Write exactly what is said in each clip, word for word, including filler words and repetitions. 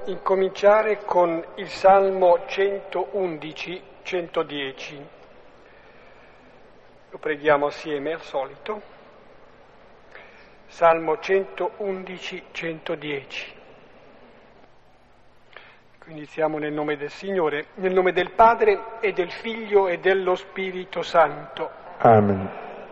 Incominciare con il Salmo centoundici centodieci. Lo preghiamo assieme al solito. Salmo centoundici centodieci. Iniziamo nel nome del Signore, nel nome del Padre e del Figlio e dello Spirito Santo. Amen.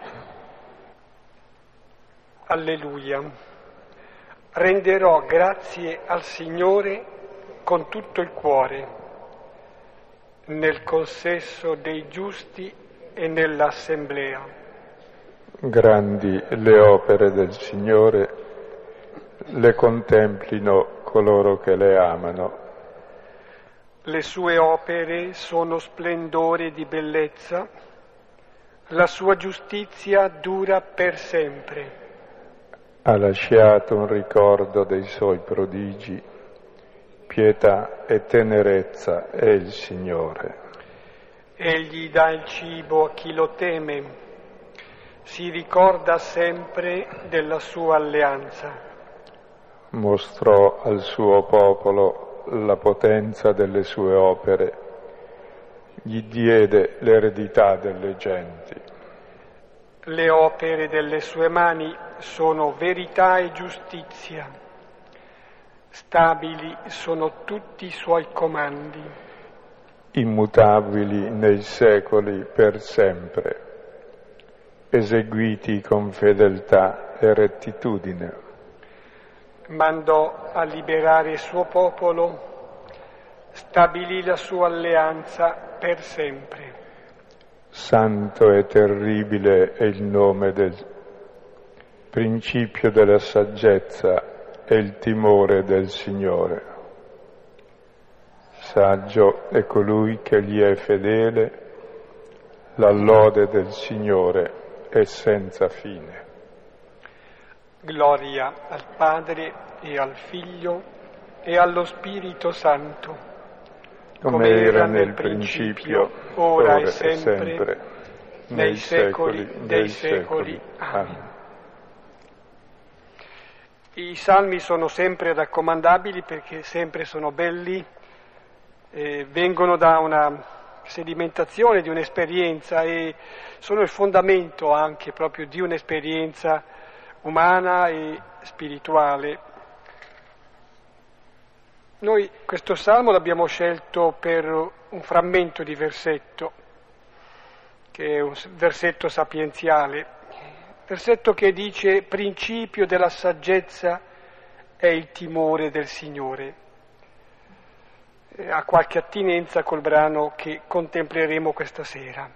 Alleluia. Renderò grazie al Signore con tutto il cuore, nel consesso dei giusti e nell'assemblea. Grandi le opere del Signore, le contemplino coloro che le amano. Le sue opere sono splendore di bellezza, la sua giustizia dura per sempre. Ha lasciato un ricordo dei suoi prodigi, pietà e tenerezza è il Signore. Egli dà il cibo a chi lo teme, si ricorda sempre della sua alleanza. Mostrò al suo popolo la potenza delle sue opere, gli diede l'eredità delle genti. Le opere delle sue mani sono verità e giustizia, stabili sono tutti i suoi comandi. Immutabili nei secoli per sempre, eseguiti con fedeltà e rettitudine. Mandò a liberare il suo popolo, stabilì la sua alleanza per sempre. Santo e terribile è il nome del principio della saggezza e il timore del Signore. Saggio è colui che gli è fedele, la lode del Signore è senza fine. Gloria al Padre e al Figlio e allo Spirito Santo, come era nel principio, ora ora e sempre, nei secoli dei secoli. Amen. I salmi sono sempre raccomandabili perché sempre sono belli, eh, vengono da una sedimentazione, di un'esperienza e sono il fondamento anche proprio di un'esperienza umana e spirituale. Noi questo salmo l'abbiamo scelto per un frammento di versetto, che è un versetto sapienziale, versetto che dice: principio della saggezza è il timore del Signore. Ha qualche attinenza col brano che contempleremo questa sera.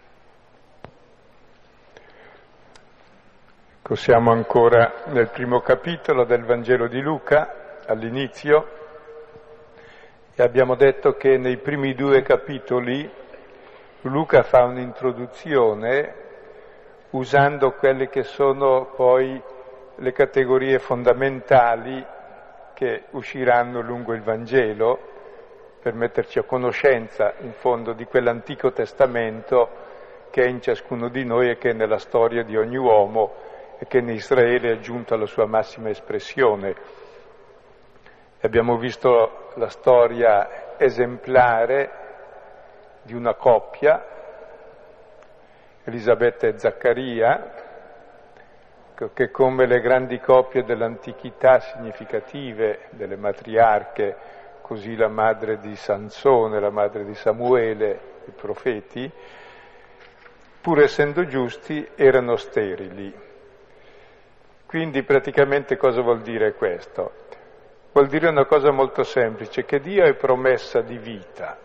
Siamo ancora nel primo capitolo del Vangelo di Luca, all'inizio, e abbiamo detto che nei primi due capitoli Luca fa un'introduzione usando quelle che sono poi le categorie fondamentali che usciranno lungo il Vangelo per metterci a conoscenza in fondo di quell'Antico Testamento che è in ciascuno di noi e che è nella storia di ogni uomo e che in Israele è giunto alla sua massima espressione. Abbiamo visto la storia esemplare di una coppia, Elisabetta e Zaccaria, che come le grandi coppie dell'antichità significative, delle matriarche, così la madre di Sansone, la madre di Samuele, i profeti, pur essendo giusti, erano sterili. Quindi praticamente cosa vuol dire questo? Vuol dire una cosa molto semplice, che Dio è promessa di vita.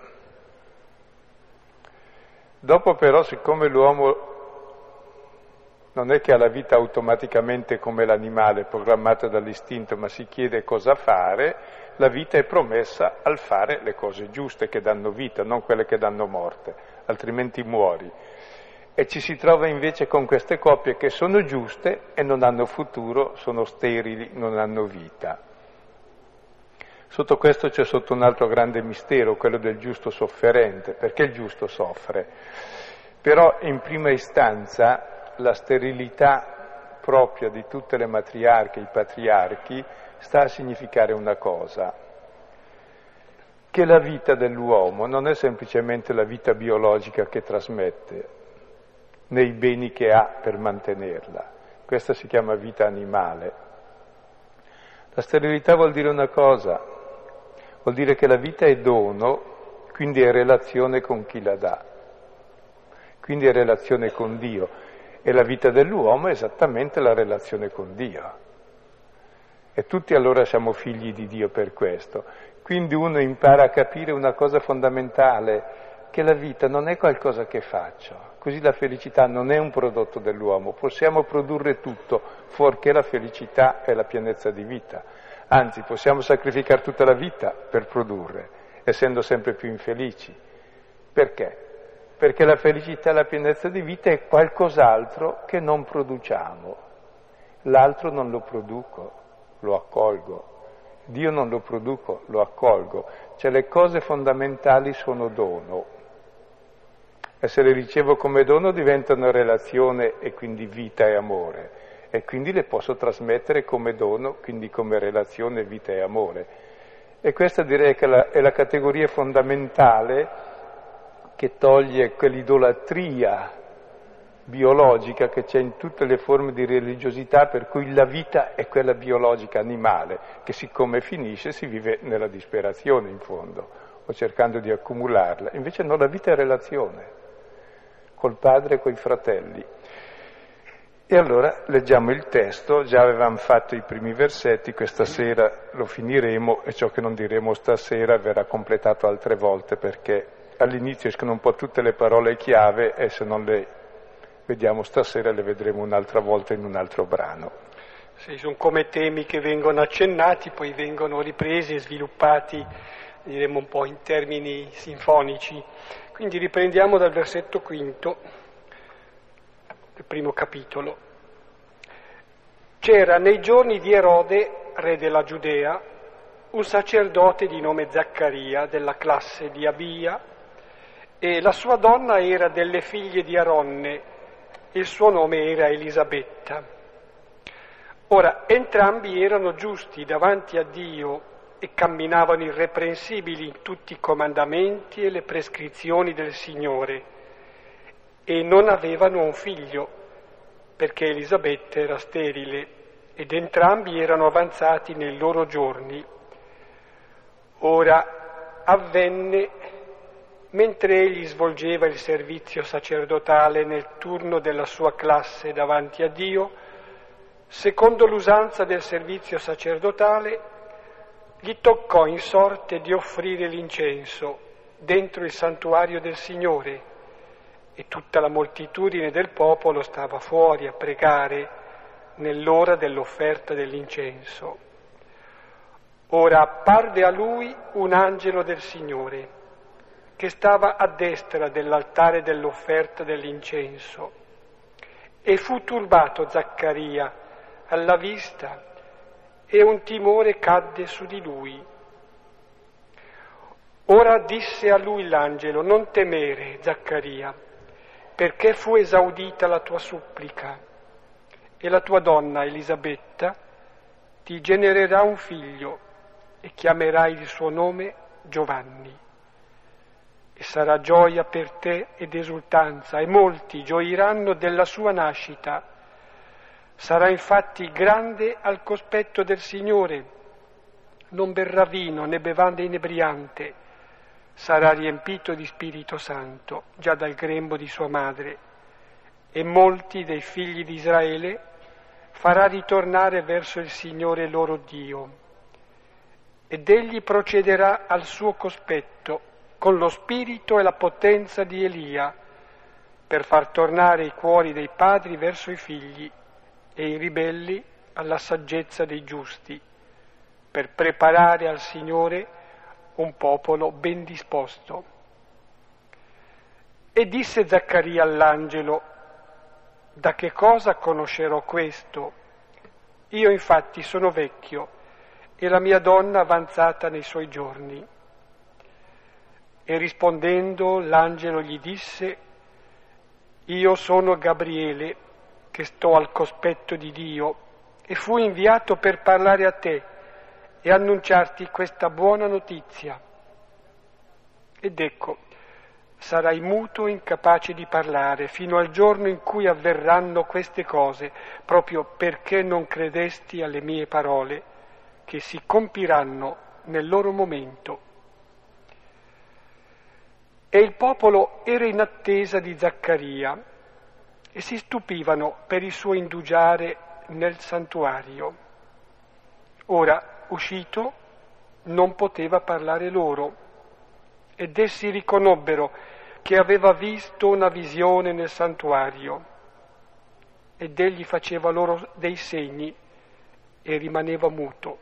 Dopo però, siccome l'uomo non è che ha la vita automaticamente come l'animale, programmata dall'istinto, ma si chiede cosa fare, la vita è promessa al fare le cose giuste che danno vita, non quelle che danno morte, altrimenti muori. E ci si trova invece con queste coppie che sono giuste e non hanno futuro, sono sterili, non hanno vita. Sotto questo c'è sotto un altro grande mistero, quello del giusto sofferente, perché il giusto soffre. Però in prima istanza la sterilità propria di tutte le matriarche, i patriarchi, sta a significare una cosa, che la vita dell'uomo non è semplicemente la vita biologica che trasmette, né i beni che ha per mantenerla. Questa si chiama vita animale. La sterilità vuol dire una cosa, vuol dire che la vita è dono, quindi è relazione con chi la dà, quindi è relazione con Dio, e la vita dell'uomo è esattamente la relazione con Dio. E tutti allora siamo figli di Dio per questo. Quindi uno impara a capire una cosa fondamentale, che la vita non è qualcosa che faccio, così la felicità non è un prodotto dell'uomo, possiamo produrre tutto, fuorché la felicità e la pienezza di vita, anzi possiamo sacrificare tutta la vita per produrre, essendo sempre più infelici. Perché? Perché la felicità e la pienezza di vita è qualcos'altro che non produciamo, l'altro non lo produco, lo accolgo. Dio non lo produco, lo accolgo. Cioè le cose fondamentali sono dono. E se le ricevo come dono diventano relazione e quindi vita e amore. E quindi le posso trasmettere come dono, quindi come relazione, vita e amore. E questa direi che la, è la categoria fondamentale che toglie quell'idolatria biologica che c'è in tutte le forme di religiosità, per cui la vita è quella biologica animale, che siccome finisce si vive nella disperazione in fondo, o cercando di accumularla. Invece no, la vita è relazione, col padre e coi fratelli. E allora leggiamo il testo, già avevamo fatto i primi versetti, questa sera lo finiremo e ciò che non diremo stasera verrà completato altre volte, perché all'inizio escono un po' tutte le parole chiave e se non le vediamo stasera le vedremo un'altra volta in un altro brano. Sì, sono come temi che vengono accennati, poi vengono ripresi e sviluppati, diremo un po' in termini sinfonici. Quindi riprendiamo dal versetto quinto del primo capitolo. C'era nei giorni di Erode, re della Giudea, un sacerdote di nome Zaccaria, della classe di Abia, e la sua donna era delle figlie di Aronne. Il suo nome era Elisabetta. Ora, entrambi erano giusti davanti a Dio e camminavano irreprensibili in tutti i comandamenti e le prescrizioni del Signore, e non avevano un figlio, perché Elisabetta era sterile, ed entrambi erano avanzati nei loro giorni. Ora avvenne, mentre egli svolgeva il servizio sacerdotale nel turno della sua classe davanti a Dio, secondo l'usanza del servizio sacerdotale, gli toccò in sorte di offrire l'incenso dentro il santuario del Signore, e tutta la moltitudine del popolo stava fuori a pregare nell'ora dell'offerta dell'incenso. Ora apparve a lui un angelo del Signore, che stava a destra dell'altare dell'offerta dell'incenso, e fu turbato Zaccaria alla vista, e un timore cadde su di lui. Ora disse a lui l'angelo: non temere, Zaccaria, perché fu esaudita la tua supplica, e la tua donna Elisabetta ti genererà un figlio, e chiamerai il suo nome Giovanni. E sarà gioia per te ed esultanza, e molti gioiranno della sua nascita. Sarà infatti grande al cospetto del Signore, non berrà vino né bevanda inebriante, sarà riempito di Spirito Santo già dal grembo di sua madre, e molti dei figli di Israele farà ritornare verso il Signore loro Dio, ed egli procederà al suo cospetto con lo spirito e la potenza di Elia, per far tornare i cuori dei padri verso i figli e i ribelli alla saggezza dei giusti, per preparare al Signore un popolo ben disposto. E disse Zaccaria all'angelo: da che cosa conoscerò questo? Io infatti sono vecchio e la mia donna avanzata nei suoi giorni. E rispondendo l'angelo gli disse: io sono Gabriele, che sto al cospetto di Dio, e fui inviato per parlare a te e annunciarti questa buona notizia. Ed ecco, sarai muto e incapace di parlare fino al giorno in cui avverranno queste cose, proprio perché non credesti alle mie parole, che si compiranno nel loro momento. E il popolo era in attesa di Zaccaria e si stupivano per il suo indugiare nel santuario. Ora, uscito, non poteva parlare loro, ed essi riconobbero che aveva visto una visione nel santuario, ed egli faceva loro dei segni e rimaneva muto.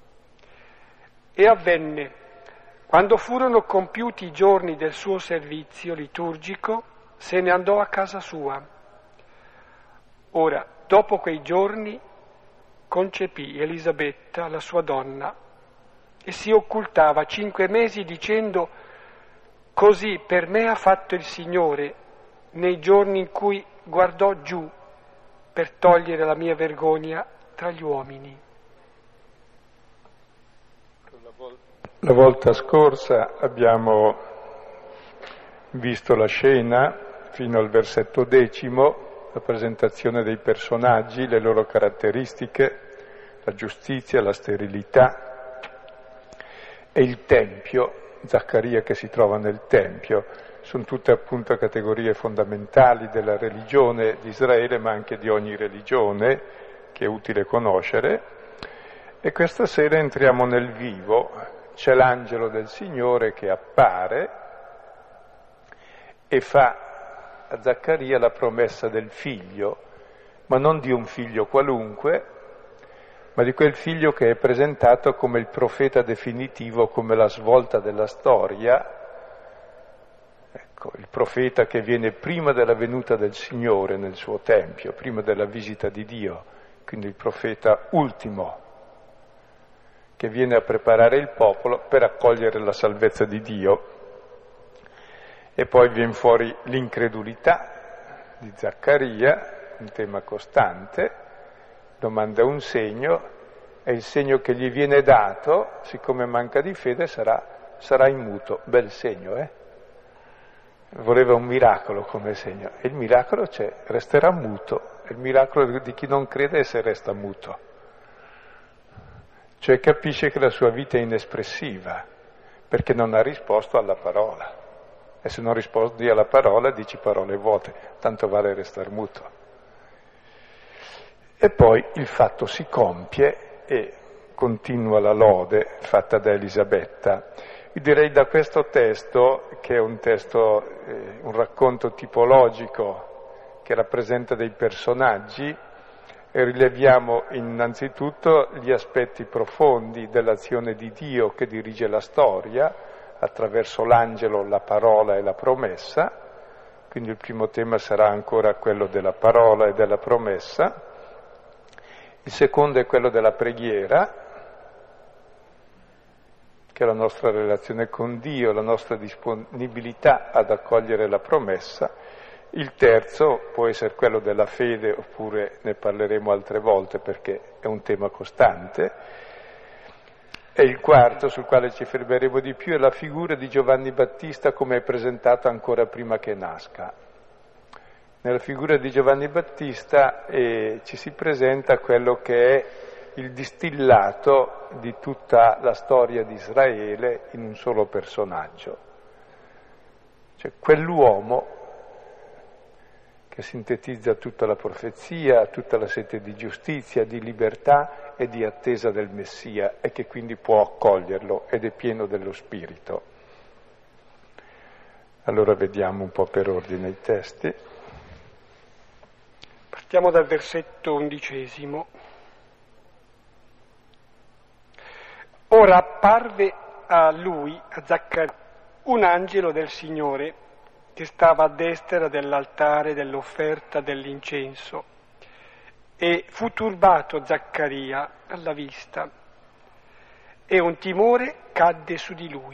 E avvenne, quando furono compiuti i giorni del suo servizio liturgico, se ne andò a casa sua. Ora, dopo quei giorni, concepì Elisabetta, la sua donna, e si occultava cinque mesi dicendo: così per me ha fatto il Signore nei giorni in cui guardò giù per togliere la mia vergogna tra gli uomini. La volta scorsa abbiamo visto la scena fino al versetto decimo, la presentazione dei personaggi, le loro caratteristiche, la giustizia, la sterilità e il Tempio, Zaccaria che si trova nel Tempio. Sono tutte appunto categorie fondamentali della religione di Israele, ma anche di ogni religione che è utile conoscere. E questa sera entriamo nel vivo. C'è l'angelo del Signore che appare e fa a Zaccaria la promessa del figlio, ma non di un figlio qualunque, ma di quel figlio che è presentato come il profeta definitivo, come la svolta della storia. Ecco, il profeta che viene prima della venuta del Signore nel suo Tempio, prima della visita di Dio, quindi il profeta ultimo, che viene a preparare il popolo per accogliere la salvezza di Dio. E poi viene fuori l'incredulità di Zaccaria, un tema costante, domanda un segno, e il segno che gli viene dato, siccome manca di fede, sarà, sarà in muto. Bel segno, eh? Voleva un miracolo come segno, e il miracolo c'è, resterà muto. Il miracolo di chi non crede è se resta muto. Cioè capisce che la sua vita è inespressiva, perché non ha risposto alla parola. E se non rispondi alla parola, dici parole vuote, tanto vale restare muto. E poi il fatto si compie e continua la lode fatta da Elisabetta. Io direi da questo testo, che è un testo, eh, un racconto tipologico che rappresenta dei personaggi, e rileviamo innanzitutto gli aspetti profondi dell'azione di Dio che dirige la storia attraverso l'angelo, la parola e la promessa. Quindi il primo tema sarà ancora quello della parola e della promessa. Il secondo è quello della preghiera, che è la nostra relazione con Dio, la nostra disponibilità ad accogliere la promessa. Il terzo può essere quello della fede, oppure ne parleremo altre volte perché è un tema costante. E il quarto, sul quale ci fermeremo di più, è la figura di Giovanni Battista come è presentata ancora prima che nasca. Nella figura di Giovanni Battista eh, ci si presenta quello che è il distillato di tutta la storia di Israele in un solo personaggio. Cioè quell'uomo che sintetizza tutta la profezia, tutta la sete di giustizia, di libertà e di attesa del Messia, e che quindi può accoglierlo ed è pieno dello Spirito. Allora vediamo un po' per ordine i testi. Partiamo dal versetto undicesimo. Ora apparve a lui, a Zaccaria, un angelo del Signore che stava a destra dell'altare dell'offerta dell'incenso, e fu turbato Zaccaria alla vista, e un timore cadde su di lui.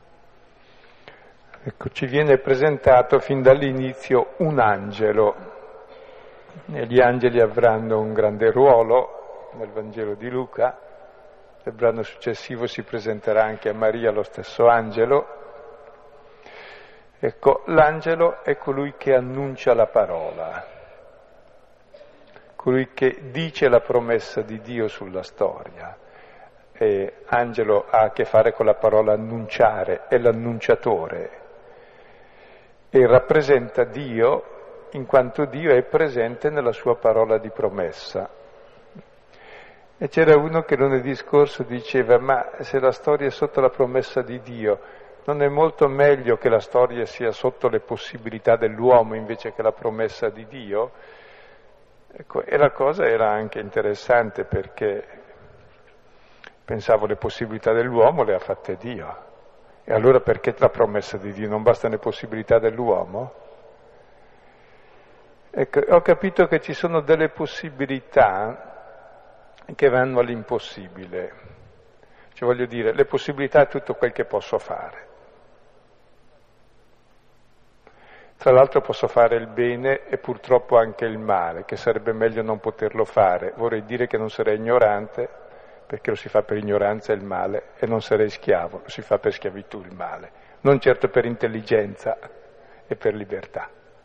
Ecco, ci viene presentato fin dall'inizio un angelo, e gli angeli avranno un grande ruolo nel Vangelo di Luca. Nel brano successivo si presenterà anche a Maria lo stesso angelo, Ecco, l'angelo è colui che annuncia la parola, colui che dice la promessa di Dio sulla storia. E angelo ha a che fare con la parola annunciare, è l'annunciatore e rappresenta Dio in quanto Dio è presente nella sua parola di promessa. E c'era uno che lunedì scorso diceva: ma se la storia è sotto la promessa di Dio, non è molto meglio che la storia sia sotto le possibilità dell'uomo invece che la promessa di Dio? Ecco, e la cosa era anche interessante, perché pensavo le possibilità dell'uomo le ha fatte Dio. E allora perché la promessa di Dio? Non bastano le possibilità dell'uomo? Ecco, ho capito che ci sono delle possibilità che vanno all'impossibile. Cioè, voglio dire, le possibilità è tutto quel che posso fare. Tra l'altro posso fare il bene e purtroppo anche il male, che sarebbe meglio non poterlo fare. Vorrei dire che non sarei ignorante, perché lo si fa per ignoranza il male, e non sarei schiavo, lo si fa per schiavitù il male, non certo per intelligenza e per libertà.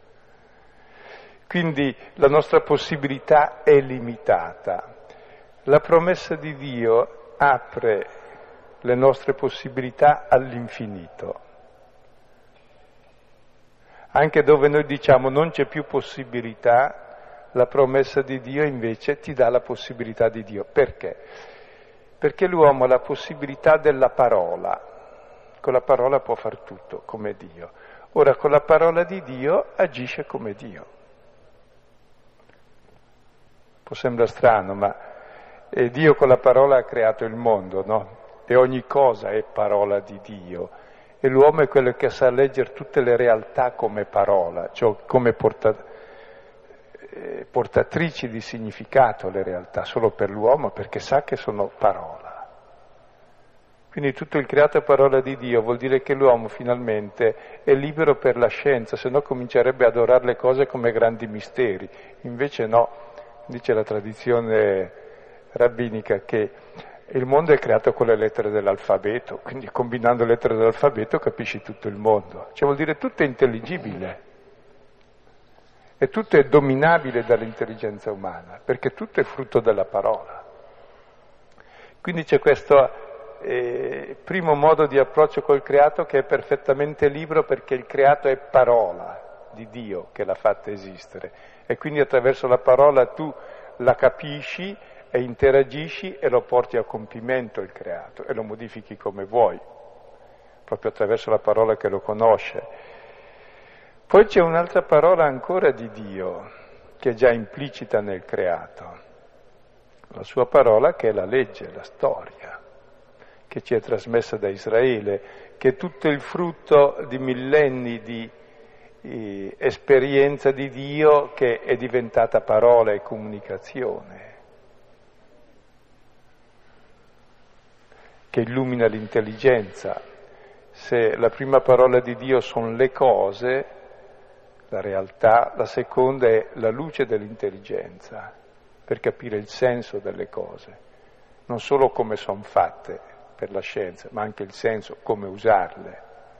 Quindi la nostra possibilità è limitata. La promessa di Dio apre le nostre possibilità all'infinito. Anche dove noi diciamo non c'è più possibilità, la promessa di Dio invece ti dà la possibilità di Dio. Perché? Perché l'uomo ha la possibilità della parola. Con la parola può far tutto, come Dio. Ora, con la parola di Dio agisce come Dio. Può sembrare strano, ma eh, Dio con la parola ha creato il mondo, no? E ogni cosa è parola di Dio. E l'uomo è quello che sa leggere tutte le realtà come parola, cioè come porta, eh, portatrici di significato le realtà, solo per l'uomo, perché sa che sono parola. Quindi tutto il creato è parola di Dio, vuol dire che l'uomo finalmente è libero per la scienza, se no comincerebbe ad adorare le cose come grandi misteri. Invece no, dice la tradizione rabbinica che il mondo è creato con le lettere dell'alfabeto, quindi combinando le lettere dell'alfabeto capisci tutto il mondo. Cioè vuol dire tutto è intelligibile e tutto è dominabile dall'intelligenza umana, perché tutto è frutto della parola. Quindi c'è questo eh, primo modo di approccio col creato che è perfettamente libero, perché il creato è parola di Dio che l'ha fatta esistere e quindi attraverso la parola tu la capisci e interagisci e lo porti a compimento il creato e lo modifichi come vuoi, proprio attraverso la parola che lo conosce. Poi c'è un'altra parola ancora di Dio che è già implicita nel creato, la sua parola che è la legge, la storia, che ci è trasmessa da Israele, che è tutto il frutto di millenni di eh, esperienza di Dio che è diventata parola e comunicazione, che illumina l'intelligenza. Se la prima parola di Dio sono le cose, la realtà, la seconda è la luce dell'intelligenza, per capire il senso delle cose, non solo come sono fatte per la scienza, ma anche il senso, come usarle.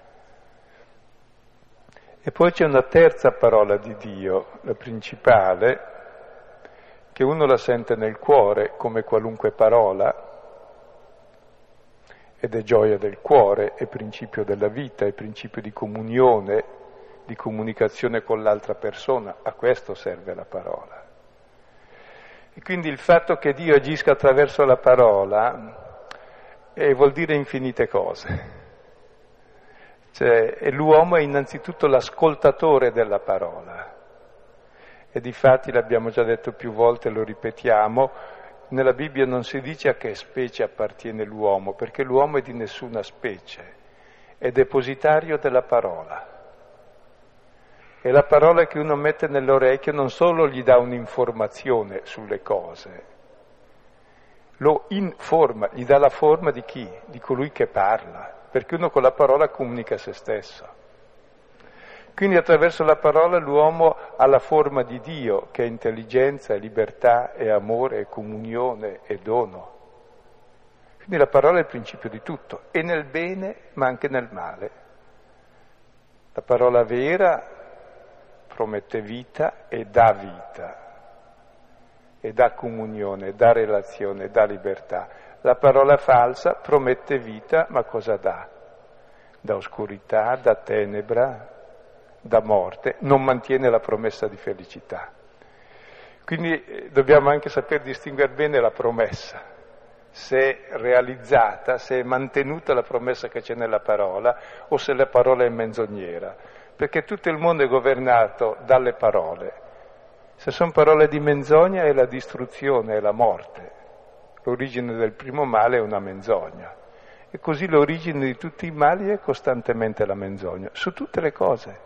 E poi c'è una terza parola di Dio, la principale, che uno la sente nel cuore come qualunque parola, ed è gioia del cuore, è principio della vita, è principio di comunione, di comunicazione con l'altra persona. A questo serve la parola. E quindi il fatto che Dio agisca attraverso la parola eh, vuol dire infinite cose. Cioè, l'uomo è innanzitutto l'ascoltatore della parola. E difatti l'abbiamo già detto più volte, lo ripetiamo, nella Bibbia non si dice a che specie appartiene l'uomo, perché l'uomo è di nessuna specie, è depositario della parola. E la parola che uno mette nell'orecchio non solo gli dà un'informazione sulle cose, lo informa, gli dà la forma di chi? Di colui che parla, perché uno con la parola comunica se stesso. Quindi attraverso la parola l'uomo ha la forma di Dio, che è intelligenza, è libertà, è amore, è comunione, è dono. Quindi la parola è il principio di tutto, e nel bene ma anche nel male. La parola vera promette vita e dà vita, e dà comunione, dà relazione, dà libertà. La parola falsa promette vita, ma cosa dà? Dà oscurità, dà tenebra, dà morte, non mantiene la promessa di felicità. Quindi eh, dobbiamo anche saper distinguere bene la promessa, se è realizzata, se è mantenuta la promessa che c'è nella parola o se la parola è menzognera, perché tutto il mondo è governato dalle parole. Se sono parole di menzogna è la distruzione, è la morte. L'origine del primo male è una menzogna. E così l'origine di tutti i mali è costantemente la menzogna, su tutte le cose.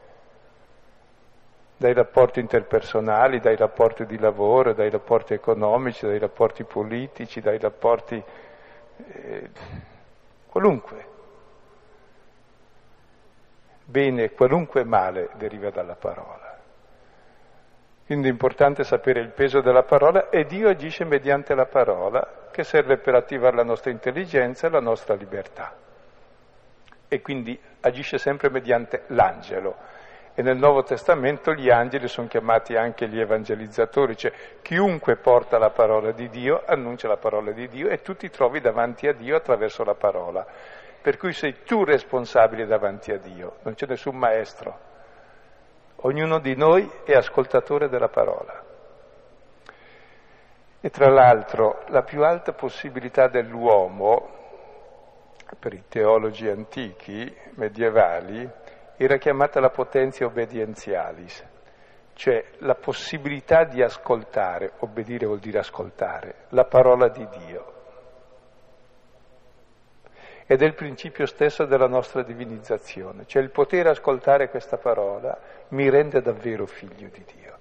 Dai rapporti interpersonali, dai rapporti di lavoro, dai rapporti economici, dai rapporti politici, dai rapporti... Eh, qualunque. Bene, qualunque male deriva dalla parola. Quindi è importante sapere il peso della parola e Dio agisce mediante la parola che serve per attivare la nostra intelligenza e la nostra libertà. E quindi agisce sempre mediante l'angelo. E nel Nuovo Testamento gli angeli sono chiamati anche gli evangelizzatori, cioè chiunque porta la parola di Dio annuncia la parola di Dio e tu ti trovi davanti a Dio attraverso la parola. Per cui sei tu responsabile davanti a Dio, non c'è nessun maestro. Ognuno di noi è ascoltatore della parola. E tra l'altro la più alta possibilità dell'uomo, per i teologi antichi, medievali, era chiamata la potentia obbedientialis, cioè la possibilità di ascoltare, obbedire vuol dire ascoltare, la parola di Dio. Ed è il principio stesso della nostra divinizzazione, cioè il poter ascoltare questa parola mi rende davvero figlio di Dio.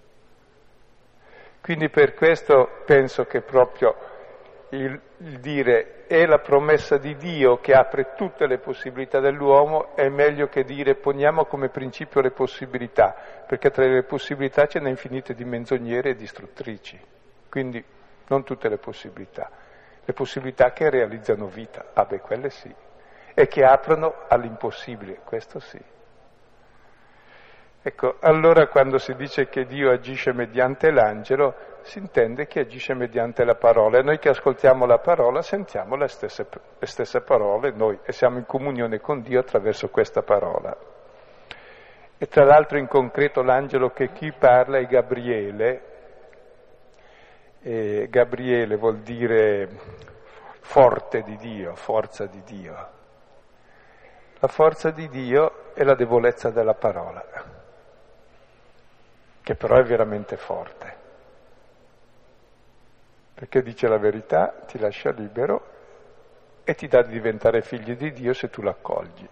Quindi per questo penso che proprio il, il dire è la promessa di Dio che apre tutte le possibilità dell'uomo è meglio che dire poniamo come principio le possibilità, perché tra le possibilità ce n'è infinite di menzognere e distruttrici, quindi non tutte le possibilità. Le possibilità che realizzano vita, ah beh, quelle sì, e che aprono all'impossibile, questo sì. Ecco, allora quando si dice che Dio agisce mediante l'angelo, si intende che agisce mediante la parola, e noi che ascoltiamo la parola sentiamo le stesse, le stesse parole, noi, e siamo in comunione con Dio attraverso questa parola. E tra l'altro in concreto l'angelo che qui parla è Gabriele. E Gabriele vuol dire forte di Dio, forza di Dio. La forza di Dio è la debolezza della parola, che però è veramente forte, perché dice la verità, ti lascia libero e ti dà di diventare figli di Dio se tu l'accogli.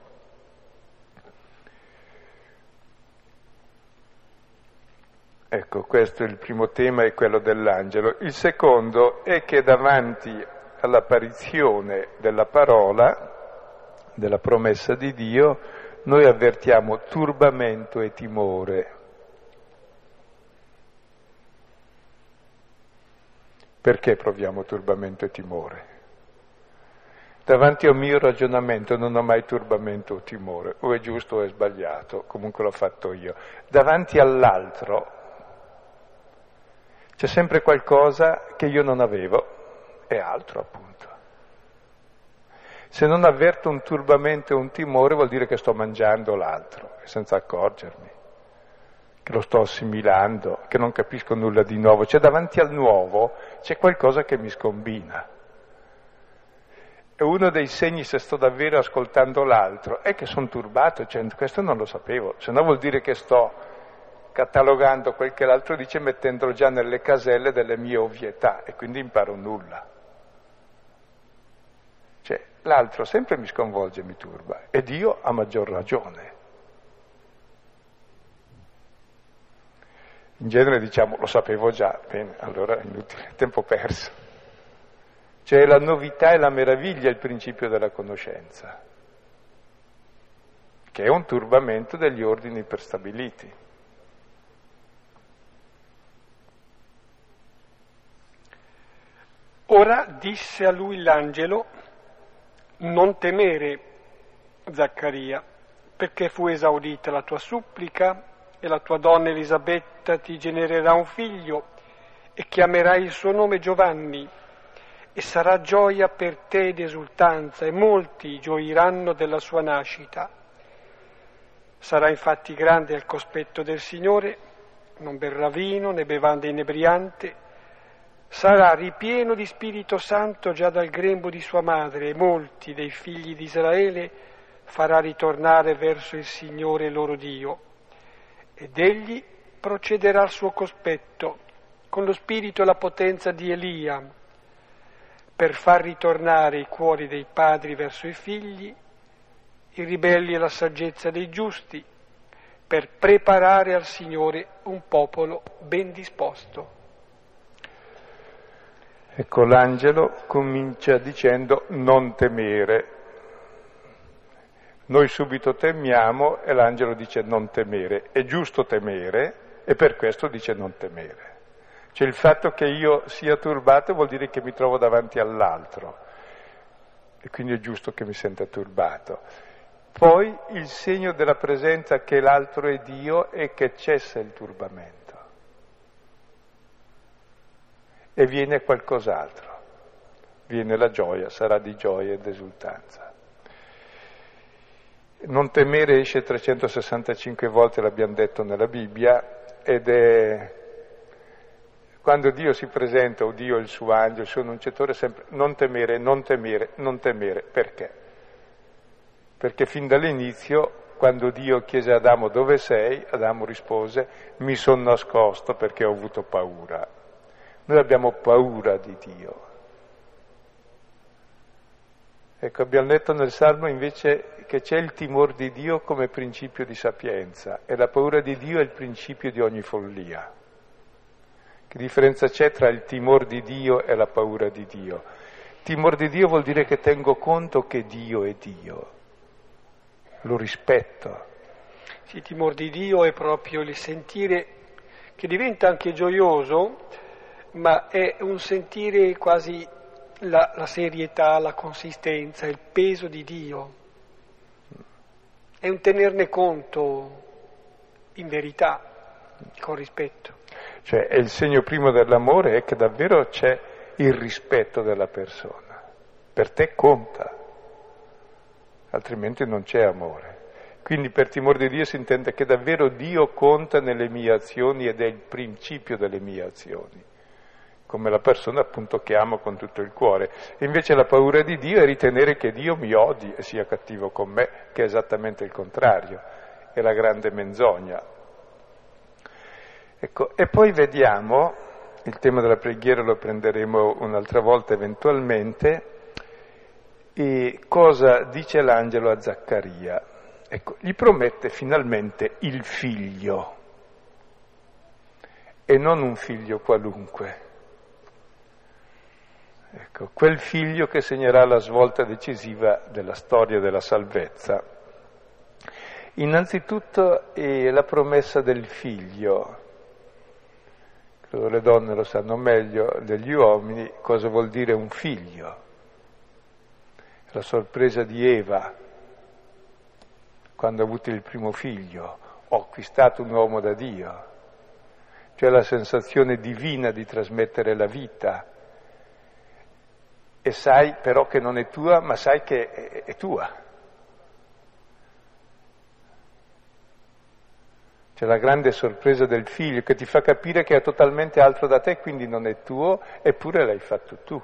Ecco, questo è il primo tema, è quello dell'angelo. Il secondo è che davanti all'apparizione della parola, della promessa di Dio, noi avvertiamo turbamento e timore. Perché proviamo turbamento e timore? Davanti al mio ragionamento non ho mai turbamento o timore, o è giusto o è sbagliato, comunque l'ho fatto io. Davanti all'altro c'è sempre qualcosa che io non avevo, è altro appunto. Se non avverto un turbamento e un timore vuol dire che sto mangiando l'altro, e senza accorgermi, che lo sto assimilando, che non capisco nulla di nuovo. Cioè davanti al nuovo c'è qualcosa che mi scombina. E uno dei segni se sto davvero ascoltando l'altro è che sono turbato, cioè questo non lo sapevo, se no vuol dire che sto catalogando quel che l'altro dice mettendolo già nelle caselle delle mie ovvietà e quindi imparo nulla. Cioè l'altro sempre mi sconvolge, mi turba e Dio ha maggior ragione. In genere diciamo lo sapevo già, bene, allora è inutile, tempo perso. Cioè la novità e la meraviglia è il principio della conoscenza, che è un turbamento degli ordini prestabiliti. Ora disse a lui l'angelo, non temere, Zaccaria, perché fu esaudita la tua supplica e la tua donna Elisabetta ti genererà un figlio e chiamerai il suo nome Giovanni e sarà gioia per te ed esultanza e molti gioiranno della sua nascita. Sarà infatti grande al cospetto del Signore, non berrà vino né bevanda inebriante, sarà ripieno di Spirito Santo già dal grembo di sua madre e molti dei figli di Israele farà ritornare verso il Signore loro Dio. Ed egli procederà al suo cospetto con lo spirito e la potenza di Elia per far ritornare i cuori dei padri verso i figli, i ribelli e la saggezza dei giusti, per preparare al Signore un popolo ben disposto. Ecco, l'angelo comincia dicendo non temere. Noi subito temiamo e l'angelo dice non temere. È giusto temere e per questo dice non temere. Cioè il fatto che io sia turbato vuol dire che mi trovo davanti all'altro e quindi è giusto che mi senta turbato. Poi il segno della presenza che l'altro è Dio è che cessa il turbamento e viene qualcos'altro, viene la gioia, sarà di gioia ed esultanza. Non temere esce trecentosessantacinque volte, l'abbiamo detto nella Bibbia, ed è quando Dio si presenta, o Dio, il suo angelo, il suo annunciatore, sempre non temere, non temere, non temere. Perché? Perché fin dall'inizio, quando Dio chiese ad Adamo dove sei, Adamo rispose mi sono nascosto perché ho avuto paura. Noi abbiamo paura di Dio. Ecco, abbiamo letto nel Salmo invece che c'è il timore di Dio come principio di sapienza e la paura di Dio è il principio di ogni follia. Che differenza c'è tra il timore di Dio e la paura di Dio? Il timore di Dio vuol dire che tengo conto che Dio è Dio, lo rispetto. Sì, il timore di Dio è proprio il sentire che diventa anche gioioso, ma è un sentire quasi la, la serietà, la consistenza, il peso di Dio. È un tenerne conto in verità, con rispetto. Cioè è il segno primo dell'amore è che davvero c'è il rispetto della persona. Per te conta, altrimenti non c'è amore. Quindi per timore di Dio si intende che davvero Dio conta nelle mie azioni ed è il principio delle mie azioni, come la persona appunto che amo con tutto il cuore. E invece la paura di Dio è ritenere che Dio mi odi e sia cattivo con me, che è esattamente il contrario, è la grande menzogna. Ecco, e poi vediamo, il tema della preghiera lo prenderemo un'altra volta eventualmente, e cosa dice l'angelo a Zaccaria. Ecco, gli promette finalmente il figlio, e non un figlio qualunque. Ecco, quel figlio che segnerà la svolta decisiva della storia della salvezza. Innanzitutto è la promessa del figlio. Credo le donne lo sanno meglio degli uomini cosa vuol dire un figlio. La sorpresa di Eva, quando ha avuto il primo figlio, ho acquistato un uomo da Dio, cioè la sensazione divina di trasmettere la vita. E sai però che non è tua, ma sai che è, è tua. C'è la grande sorpresa del figlio che ti fa capire che è totalmente altro da te, quindi non è tuo, eppure l'hai fatto tu.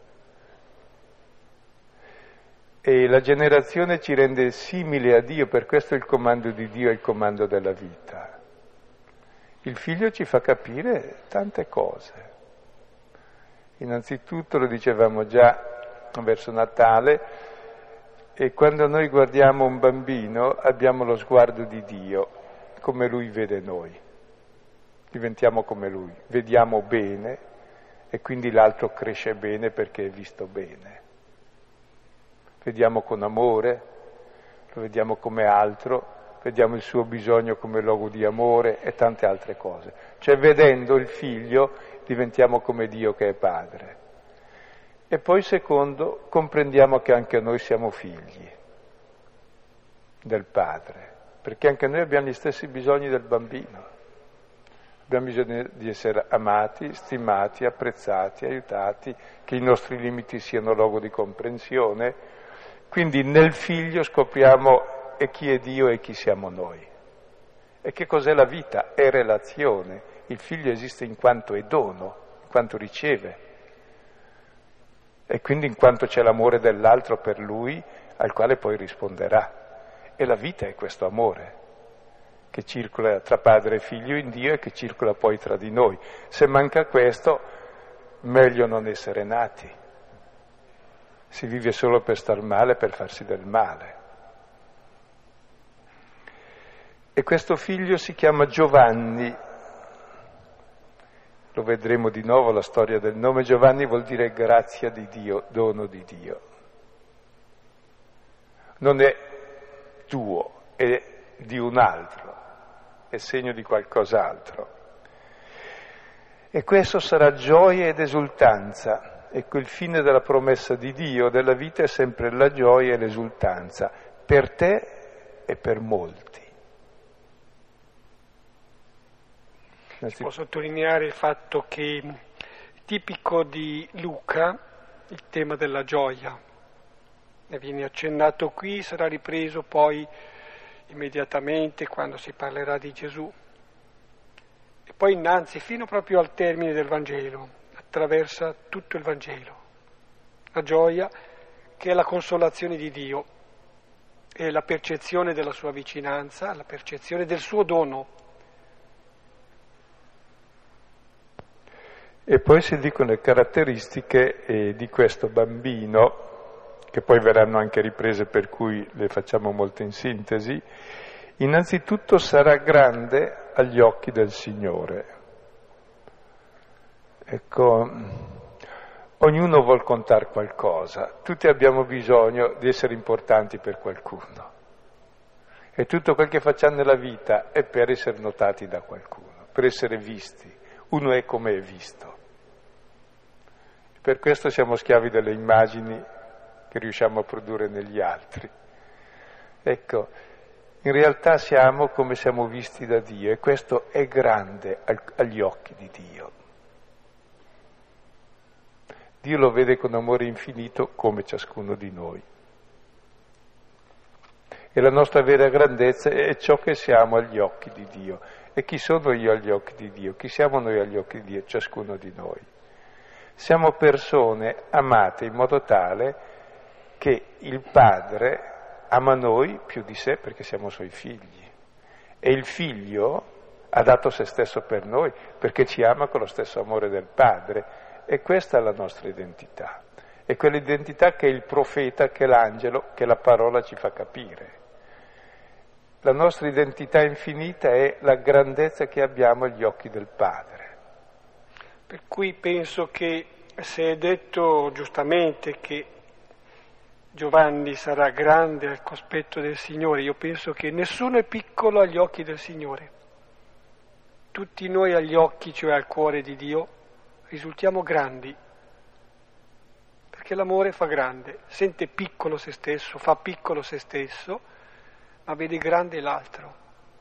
E la generazione ci rende simili a Dio, per questo il comando di Dio è il comando della vita. Il figlio ci fa capire tante cose. Innanzitutto, lo dicevamo già verso Natale, e quando noi guardiamo un bambino abbiamo lo sguardo di Dio, come Lui vede noi. Diventiamo come Lui, vediamo bene e quindi l'altro cresce bene perché è visto bene. Vediamo con amore, lo vediamo come altro, vediamo il suo bisogno come luogo di amore e tante altre cose. Cioè vedendo il figlio diventiamo come Dio che è padre. E poi secondo, comprendiamo che anche noi siamo figli. del padre, perché anche noi abbiamo gli stessi bisogni del bambino. Abbiamo bisogno di essere amati, stimati, apprezzati, aiutati, che i nostri limiti siano luogo di comprensione. Quindi nel figlio scopriamo e chi è Dio e chi siamo noi. E che cos'è la vita? È relazione. Il figlio esiste in quanto è dono, in quanto riceve. E quindi in quanto c'è l'amore dell'altro per lui, al quale poi risponderà. E la vita è questo amore, che circola tra padre e figlio in Dio e che circola poi tra di noi. Se manca questo, meglio non essere nati. Si vive solo per star male, per farsi del male. E questo figlio si chiama Giovanni. Lo vedremo di nuovo, la storia del nome Giovanni vuol dire grazia di Dio, dono di Dio. Non è tuo, è di un altro, è segno di qualcos'altro. E questo sarà gioia ed esultanza. Ecco, il fine della promessa di Dio, della vita, è sempre la gioia e l'esultanza, per te e per molti. Si può sottolineare il fatto che è tipico di Luca il tema della gioia. E viene accennato qui, sarà ripreso poi immediatamente quando si parlerà di Gesù. E poi innanzi, fino proprio al termine del Vangelo, attraversa tutto il Vangelo. La gioia che è la consolazione di Dio, è la percezione della sua vicinanza, la percezione del suo dono. E poi si dicono le caratteristiche eh, di questo bambino, che poi verranno anche riprese, per cui le facciamo molto in sintesi. Innanzitutto sarà grande agli occhi del Signore. Ecco, ognuno vuol contare qualcosa, tutti abbiamo bisogno di essere importanti per qualcuno. E tutto quel che facciamo nella vita è per essere notati da qualcuno, per essere visti. Uno è come è visto. Per questo siamo schiavi delle immagini che riusciamo a produrre negli altri. Ecco, in realtà siamo come siamo visti da Dio e questo è grande agli occhi di Dio. Dio lo vede con amore infinito come ciascuno di noi. E la nostra vera grandezza è ciò che siamo agli occhi di Dio. E chi sono io agli occhi di Dio? Chi siamo noi agli occhi di Dio? Ciascuno di noi. Siamo persone amate in modo tale che il Padre ama noi più di sé perché siamo suoi figli. E il Figlio ha dato se stesso per noi perché ci ama con lo stesso amore del Padre. E questa è la nostra identità. È quell'identità che il profeta, che l'angelo, che la parola ci fa capire. La nostra identità infinita è la grandezza che abbiamo agli occhi del Padre. Per cui penso che se è detto giustamente che Giovanni sarà grande al cospetto del Signore, io penso che nessuno è piccolo agli occhi del Signore. Tutti noi agli occhi, cioè al cuore di Dio, risultiamo grandi. Perché l'amore fa grande, sente piccolo se stesso, fa piccolo se stesso, ma vede grande l'altro.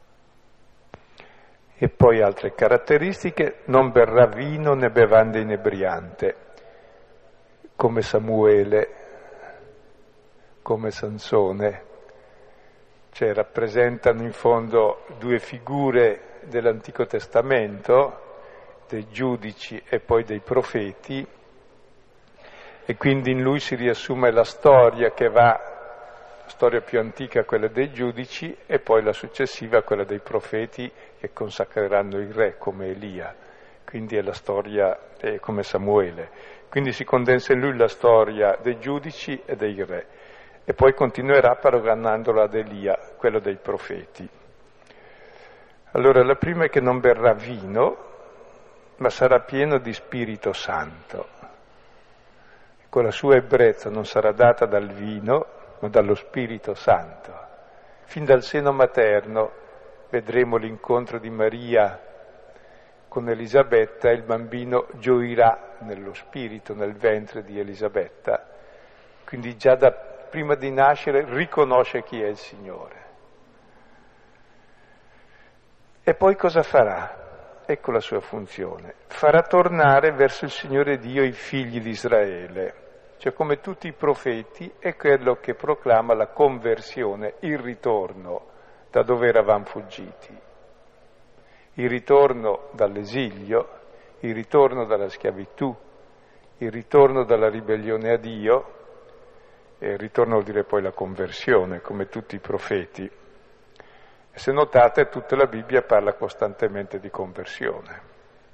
E poi altre caratteristiche: non berrà vino né bevande inebriante, come Samuele, come Sansone, cioè rappresentano in fondo due figure dell'Antico Testamento, dei giudici e poi dei profeti, e quindi in lui si riassume la storia che va, la storia più antica, quella dei giudici, e poi la successiva, quella dei profeti che consacreranno il re, come Elia. Quindi è la storia è come Samuele. Quindi si condensa in lui la storia dei giudici e dei re. E poi continuerà paragonandola ad Elia, quello dei profeti. Allora, la prima è che non berrà vino, ma sarà pieno di Spirito Santo. Con la sua ebbrezza non sarà data dal vino, ma dallo Spirito Santo. Fin dal seno materno vedremo l'incontro di Maria con Elisabetta e il bambino gioirà nello spirito, nel ventre di Elisabetta. Quindi già da prima di nascere riconosce chi è il Signore. E poi cosa farà? Ecco la sua funzione. Farà tornare verso il Signore Dio i figli di Israele. Cioè, come tutti i profeti, è quello che proclama la conversione, il ritorno da dove eravamo fuggiti. Il ritorno dall'esilio, il ritorno dalla schiavitù, il ritorno dalla ribellione a Dio, e il ritorno vuol dire poi la conversione, come tutti i profeti. E se notate, tutta la Bibbia parla costantemente di conversione.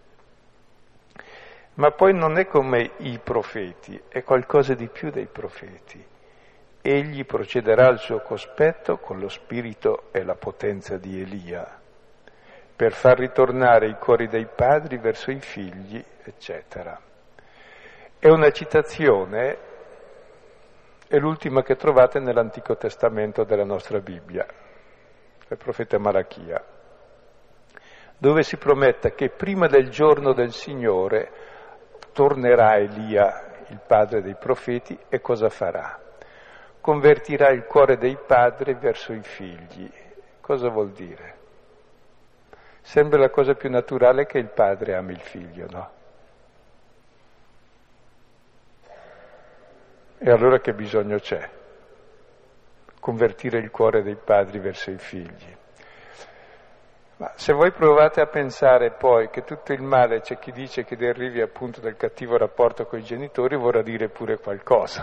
Ma poi non è come i profeti, è qualcosa di più dei profeti. Egli procederà al suo cospetto con lo spirito e la potenza di Elia, per far ritornare i cuori dei padri verso i figli, eccetera. È una citazione, è l'ultima che trovate nell'Antico Testamento della nostra Bibbia, del profeta Malachia, dove si promette che prima del giorno del Signore tornerà Elia, il padre dei profeti, e cosa farà? Convertirà il cuore dei padri verso i figli. Cosa vuol dire? Sembra la cosa più naturale che il padre ami il figlio, no? E allora che bisogno c'è? Convertire il cuore dei padri verso i figli. Ma se voi provate a pensare poi che tutto il male c'è chi dice che derivi appunto dal cattivo rapporto con i genitori, vorrà dire pure qualcosa.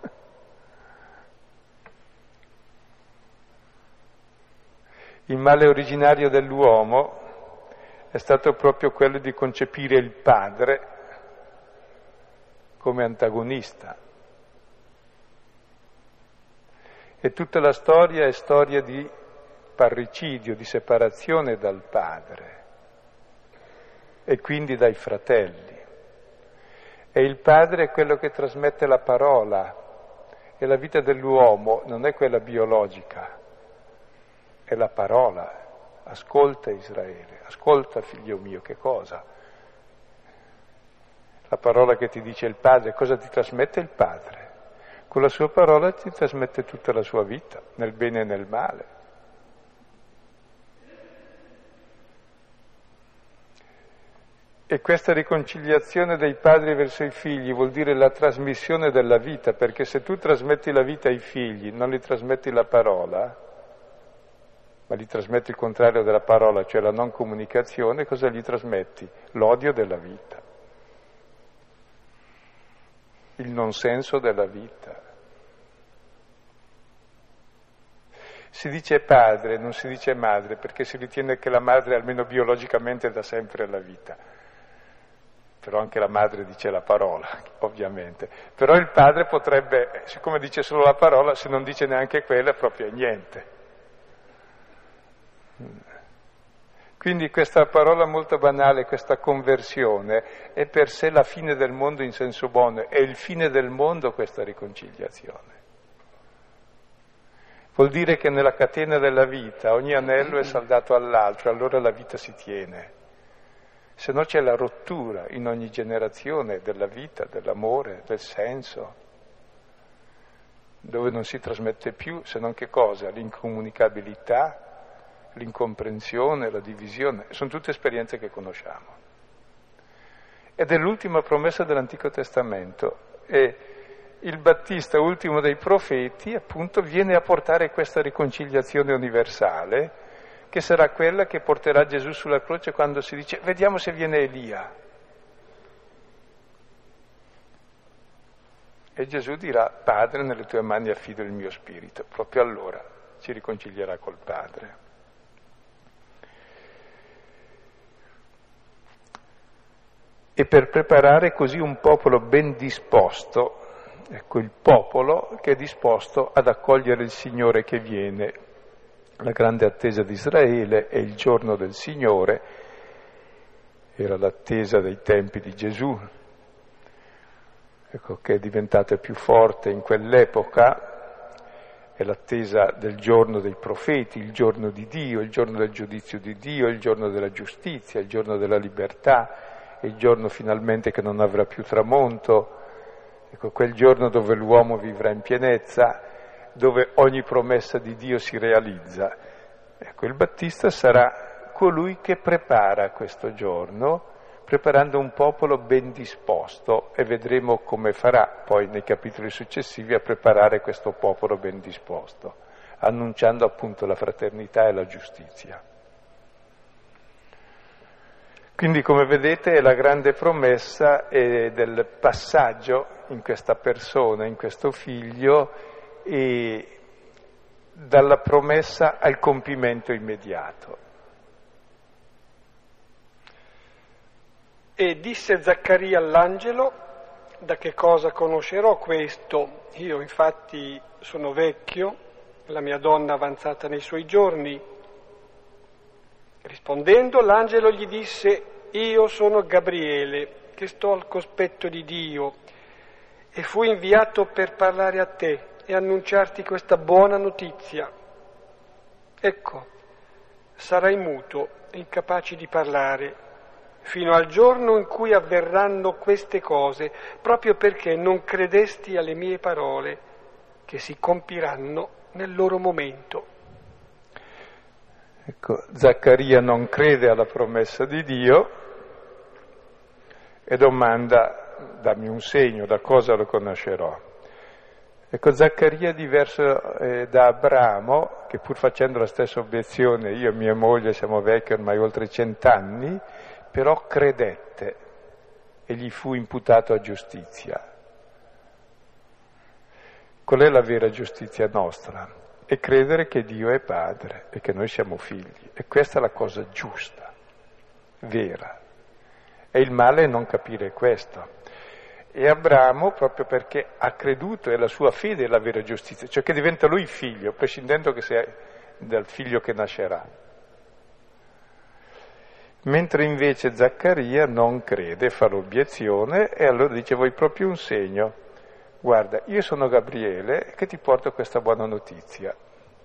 Il male originario dell'uomo è stato proprio quello di concepire il padre come antagonista. E tutta la storia è storia di parricidio, di separazione dal padre e quindi dai fratelli. E il padre è quello che trasmette la parola, e la vita dell'uomo non è quella biologica, è la parola. Ascolta Israele, ascolta figlio mio, che cosa? La parola che ti dice il padre, cosa ti trasmette il padre? Con la sua parola ti trasmette tutta la sua vita, nel bene e nel male. E questa riconciliazione dei padri verso i figli vuol dire la trasmissione della vita, perché se tu trasmetti la vita ai figli, non li trasmetti la parola, ma gli trasmetti il contrario della parola, cioè la non comunicazione, cosa gli trasmetti? L'odio della vita, il non senso della vita. Si dice padre, non si dice madre, perché si ritiene che la madre, almeno biologicamente, dà sempre la vita. Però anche la madre dice la parola, ovviamente. Però il padre potrebbe, siccome dice solo la parola, se non dice neanche quella, è proprio niente. Quindi questa parola molto banale, questa conversione, è per sé la fine del mondo in senso buono, è il fine del mondo questa riconciliazione. Vuol dire che nella catena della vita ogni anello è saldato all'altro, allora la vita si tiene. Se no c'è la rottura in ogni generazione della vita, dell'amore, del senso, dove non si trasmette più, se non che cosa? L'incomunicabilità, l'incomprensione, la divisione, sono tutte esperienze che conosciamo. Ed è l'ultima promessa dell'Antico Testamento, e il Battista, ultimo dei profeti, appunto, viene a portare questa riconciliazione universale, che sarà quella che porterà Gesù sulla croce quando si dice vediamo se viene Elia. E Gesù dirà: Padre, nelle tue mani affido il mio spirito. Proprio allora ci riconcilierà col Padre. E per preparare così un popolo ben disposto, ecco il popolo che è disposto ad accogliere il Signore che viene. La grande attesa di Israele è il giorno del Signore, era l'attesa dei tempi di Gesù, ecco, che è diventata più forte in quell'epoca, è l'attesa del giorno dei profeti, il giorno di Dio, il giorno del giudizio di Dio, il giorno della giustizia, il giorno della libertà, il giorno finalmente che non avrà più tramonto, ecco, quel giorno dove l'uomo vivrà in pienezza, dove ogni promessa di Dio si realizza. Ecco, il Battista sarà colui che prepara questo giorno, preparando un popolo ben disposto, e vedremo come farà poi nei capitoli successivi a preparare questo popolo ben disposto, annunciando appunto la fraternità e la giustizia. Quindi, come vedete, è la grande promessa è del passaggio in questa persona, in questo figlio, e dalla promessa al compimento immediato. E disse Zaccaria all'angelo: da che cosa conoscerò questo? Io infatti sono vecchio, la mia donna avanzata nei suoi giorni. Rispondendo, l'angelo gli disse: io sono Gabriele, che sto al cospetto di Dio, e fui inviato per parlare a te e annunciarti questa buona notizia. Ecco, sarai muto, incapace di parlare, fino al giorno in cui avverranno queste cose, proprio perché non credesti alle mie parole, che si compiranno nel loro momento. Ecco, Zaccaria non crede alla promessa di Dio e domanda: dammi un segno, da cosa lo conoscerò? Ecco, Zaccaria è diverso eh, da Abramo, che pur facendo la stessa obiezione, io e mia moglie siamo vecchi ormai oltre cent'anni, però credette e gli fu imputato a giustizia. Qual è la vera giustizia nostra? È credere che Dio è padre e che noi siamo figli. E questa è la cosa giusta, vera. E il male è non capire questo. E Abramo, proprio perché ha creduto, e la sua fede è la vera giustizia, cioè che diventa lui figlio, prescindendo che sia dal figlio che nascerà. Mentre invece Zaccaria non crede, fa l'obiezione, e allora dice: vuoi proprio un segno? Guarda, io sono Gabriele che ti porto questa buona notizia.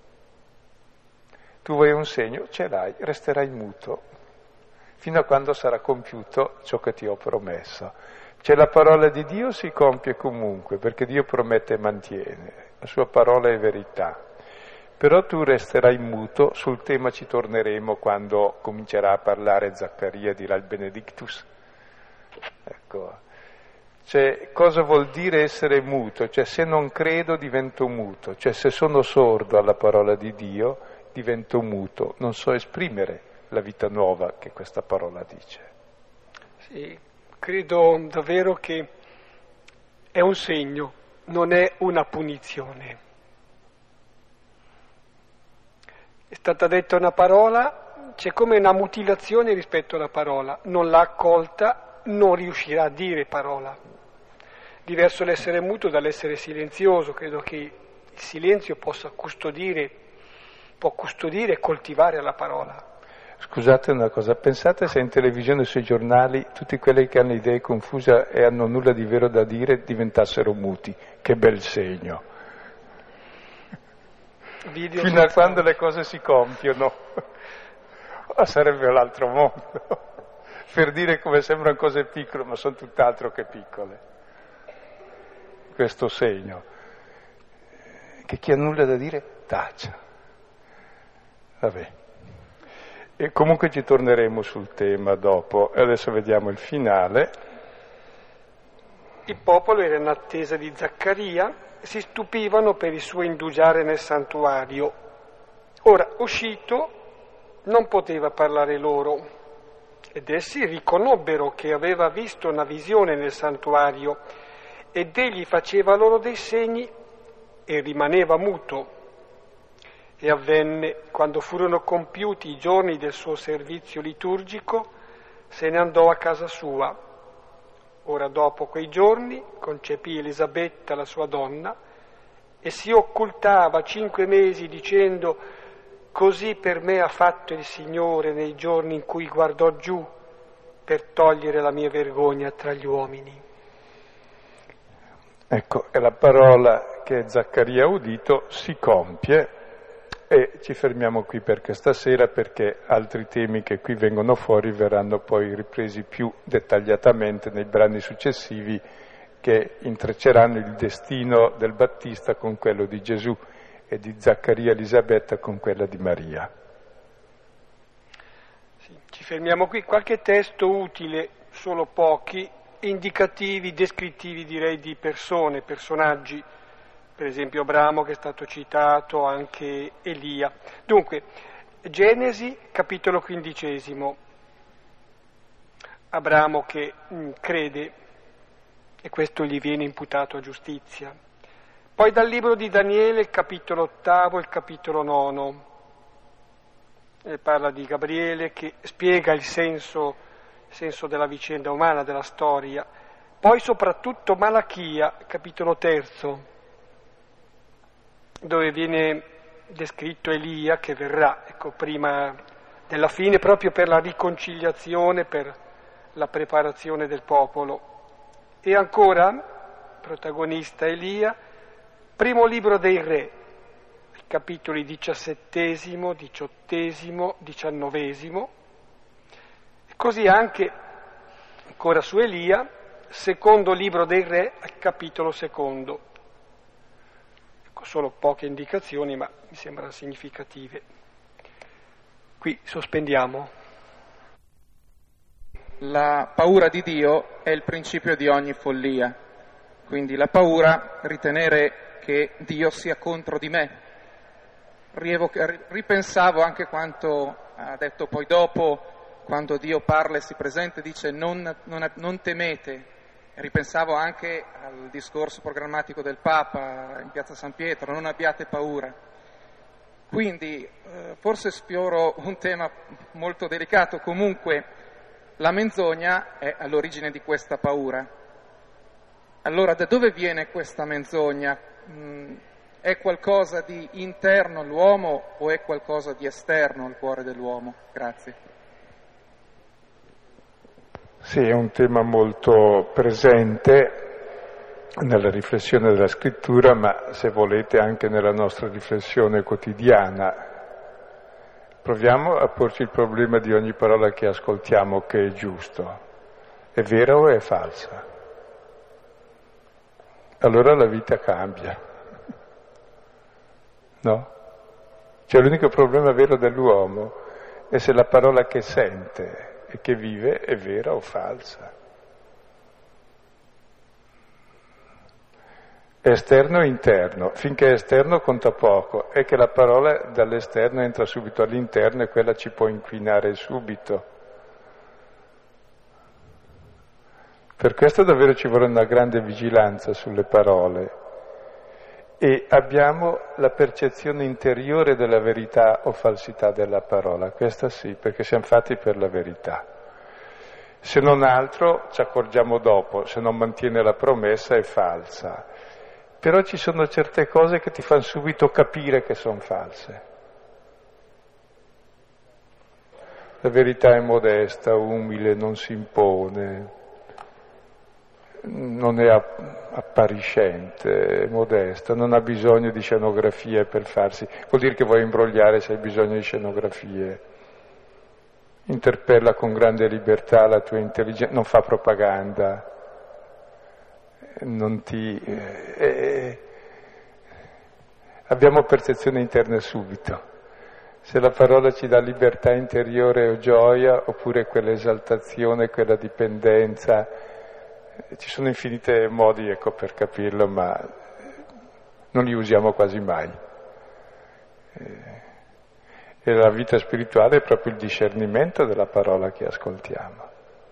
Tu vuoi un segno? Ce l'hai, resterai muto, fino a quando sarà compiuto ciò che ti ho promesso. Cioè la parola di Dio si compie comunque, perché Dio promette e mantiene, la sua parola è verità. Però tu resterai muto, sul tema ci torneremo quando comincerà a parlare Zaccaria, dirà il Benedictus. Ecco, cioè cosa vuol dire essere muto? Cioè se non credo divento muto, cioè se sono sordo alla parola di Dio divento muto, non so esprimere la vita nuova che questa parola dice. Sì, credo davvero che è un segno, non è una punizione. È stata detta una parola, c'è come una mutilazione rispetto alla parola, non l'ha accolta, non riuscirà a dire parola. Diverso l'essere muto dall'essere silenzioso, credo che il silenzio possa custodire, può custodire e coltivare la parola. Scusate una cosa, pensate se in televisione e sui giornali tutti quelli che hanno idee confuse e hanno nulla di vero da dire diventassero muti, che bel segno. Video Fino a quando le cose si compiono, oh, sarebbe l'altro mondo, per dire come sembrano cose piccole, ma sono tutt'altro che piccole. Questo segno, che chi ha nulla da dire taccia. Vabbè. E comunque ci torneremo sul tema dopo, e adesso vediamo il finale. Il popolo era in attesa di Zaccaria, si stupivano per il suo indugiare nel santuario. Ora, uscito, non poteva parlare loro, ed essi riconobbero che aveva visto una visione nel santuario, ed egli faceva loro dei segni e rimaneva muto. E avvenne, quando furono compiuti i giorni del suo servizio liturgico, se ne andò a casa sua. Ora dopo quei giorni concepì Elisabetta, la sua donna, e si occultava cinque mesi dicendo: così per me ha fatto il Signore nei giorni in cui guardò giù per togliere la mia vergogna tra gli uomini. Ecco, è la parola che Zaccaria ha udito si compie, e ci fermiamo qui per questa sera, perché altri temi che qui vengono fuori verranno poi ripresi più dettagliatamente nei brani successivi, che intrecceranno il destino del Battista con quello di Gesù e di Zaccaria e Elisabetta con quella di Maria. Ci fermiamo qui, qualche testo utile, solo pochi, indicativi, descrittivi direi di persone, personaggi, per esempio Abramo che è stato citato, anche Elia. Dunque, Genesi, capitolo quindicesimo, Abramo che mh, crede e questo gli viene imputato a giustizia. Poi dal libro di Daniele, il capitolo ottavo, il capitolo nono, e parla di Gabriele che spiega il senso, il senso della vicenda umana, della storia. Poi soprattutto Malachia, capitolo terzo, dove viene descritto Elia che verrà, ecco, prima della fine, proprio per la riconciliazione, per la preparazione del popolo. E ancora, protagonista Elia, primo libro dei re, capitoli diciassettesimo, diciottesimo, diciannovesimo, e così anche, ancora su Elia, secondo libro dei re, al capitolo secondo. Ecco, solo poche indicazioni, ma mi sembrano significative. Qui sospendiamo. La paura di Dio è il principio di ogni follia, quindi la paura, ritenere che Dio sia contro di me. Ripensavo anche quanto ha detto poi dopo, quando Dio parla e si presenta, dice non, non, non temete. Ripensavo anche al discorso programmatico del Papa in Piazza San Pietro, non abbiate paura. Quindi eh, forse sfioro un tema molto delicato, comunque la menzogna è all'origine di questa paura. Allora da dove viene questa menzogna? Mm, È qualcosa di interno all'uomo o è qualcosa di esterno al cuore dell'uomo? Grazie. Sì, è un tema molto presente nella riflessione della scrittura, ma se volete anche nella nostra riflessione quotidiana. Proviamo a porci il problema di ogni parola che ascoltiamo che è giusto. È vera o è falsa? Allora la vita cambia. No? Cioè l'unico problema vero dell'uomo è se la parola che sente e che vive è vera o falsa. Esterno o interno? Finché è esterno conta poco, è che la parola dall'esterno entra subito all'interno e quella ci può inquinare subito. Per questo davvero ci vuole una grande vigilanza sulle parole. E abbiamo la percezione interiore della verità o falsità della parola, questa sì, perché siamo fatti per la verità. Se non altro ci accorgiamo dopo, se non mantiene la promessa è falsa. Però ci sono certe cose che ti fanno subito capire che sono false. La verità è modesta, umile, non si impone, non è appariscente, è modesta, non ha bisogno di scenografie per farsi, vuol dire che vuoi imbrogliare se hai bisogno di scenografie, interpella con grande libertà la tua intelligenza, non fa propaganda, non ti... Eh, eh, abbiamo percezione interna subito, se la parola ci dà libertà interiore o gioia, oppure quell'esaltazione, quella dipendenza. Ci sono infiniti modi, ecco, per capirlo, ma non li usiamo quasi mai. E la vita spirituale è proprio il discernimento della parola che ascoltiamo.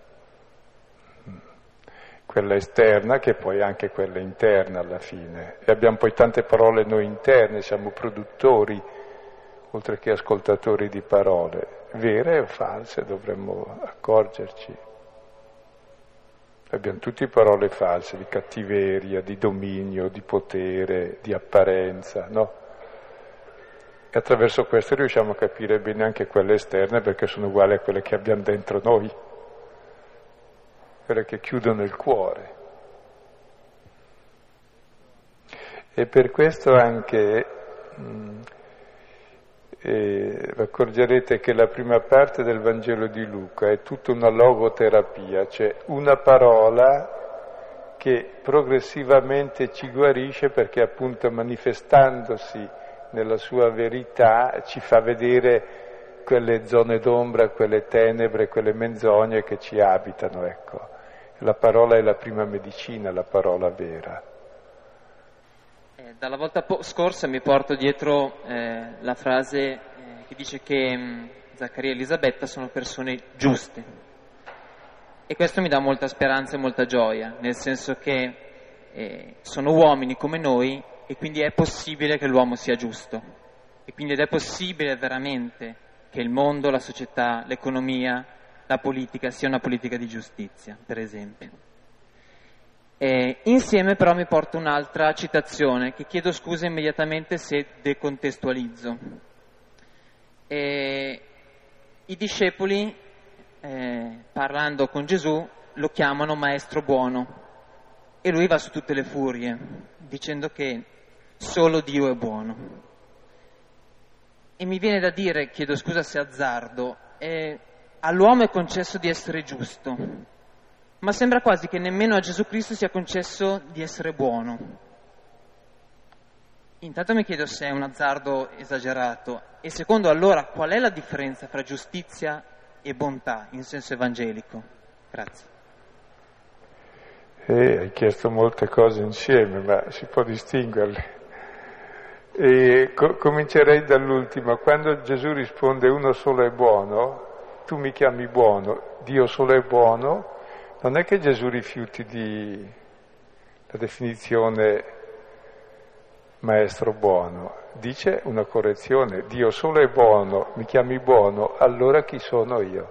Quella esterna che poi è anche quella interna alla fine. E abbiamo poi tante parole noi interne, siamo produttori, oltre che ascoltatori di parole, vere o false, dovremmo accorgerci. Abbiamo tutte parole false, di cattiveria, di dominio, di potere, di apparenza, no? E attraverso questo riusciamo a capire bene anche quelle esterne, perché sono uguali a quelle che abbiamo dentro noi, quelle che chiudono il cuore. E per questo anche mh, eh, accorgerete che la prima parte del Vangelo di Luca è tutta una logoterapia, cioè una parola che progressivamente ci guarisce, perché appunto manifestandosi nella sua verità ci fa vedere quelle zone d'ombra, quelle tenebre, quelle menzogne che ci abitano, ecco. La parola è la prima medicina, la parola vera. Eh, dalla volta po- scorsa mi porto dietro eh, la frase eh, che dice che mh, Zaccaria e Elisabetta sono persone giuste. E questo mi dà molta speranza e molta gioia, nel senso che eh, sono uomini come noi e quindi è possibile che l'uomo sia giusto. E quindi ed è possibile veramente che il mondo, la società, l'economia, la politica sia una politica di giustizia, per esempio. E insieme però mi porto un'altra citazione che chiedo scusa immediatamente se decontestualizzo. E i discepoli, eh, parlando con Gesù, lo chiamano maestro buono e lui va su tutte le furie, dicendo che solo Dio è buono. E mi viene da dire, chiedo scusa se azzardo, eh, all'uomo è concesso di essere giusto, ma sembra quasi che nemmeno a Gesù Cristo sia concesso di essere buono. Intanto mi chiedo se è un azzardo esagerato e secondo allora qual è la differenza fra giustizia e bontà in senso evangelico? Grazie. Eh, hai chiesto molte cose insieme, ma si può distinguerle. E co- comincerei dall'ultima. Quando Gesù risponde uno solo è buono, tu mi chiami buono, Dio solo è buono, non è che Gesù rifiuti di la definizione maestro buono, dice una correzione, Dio solo è buono, mi chiami buono, allora chi sono io?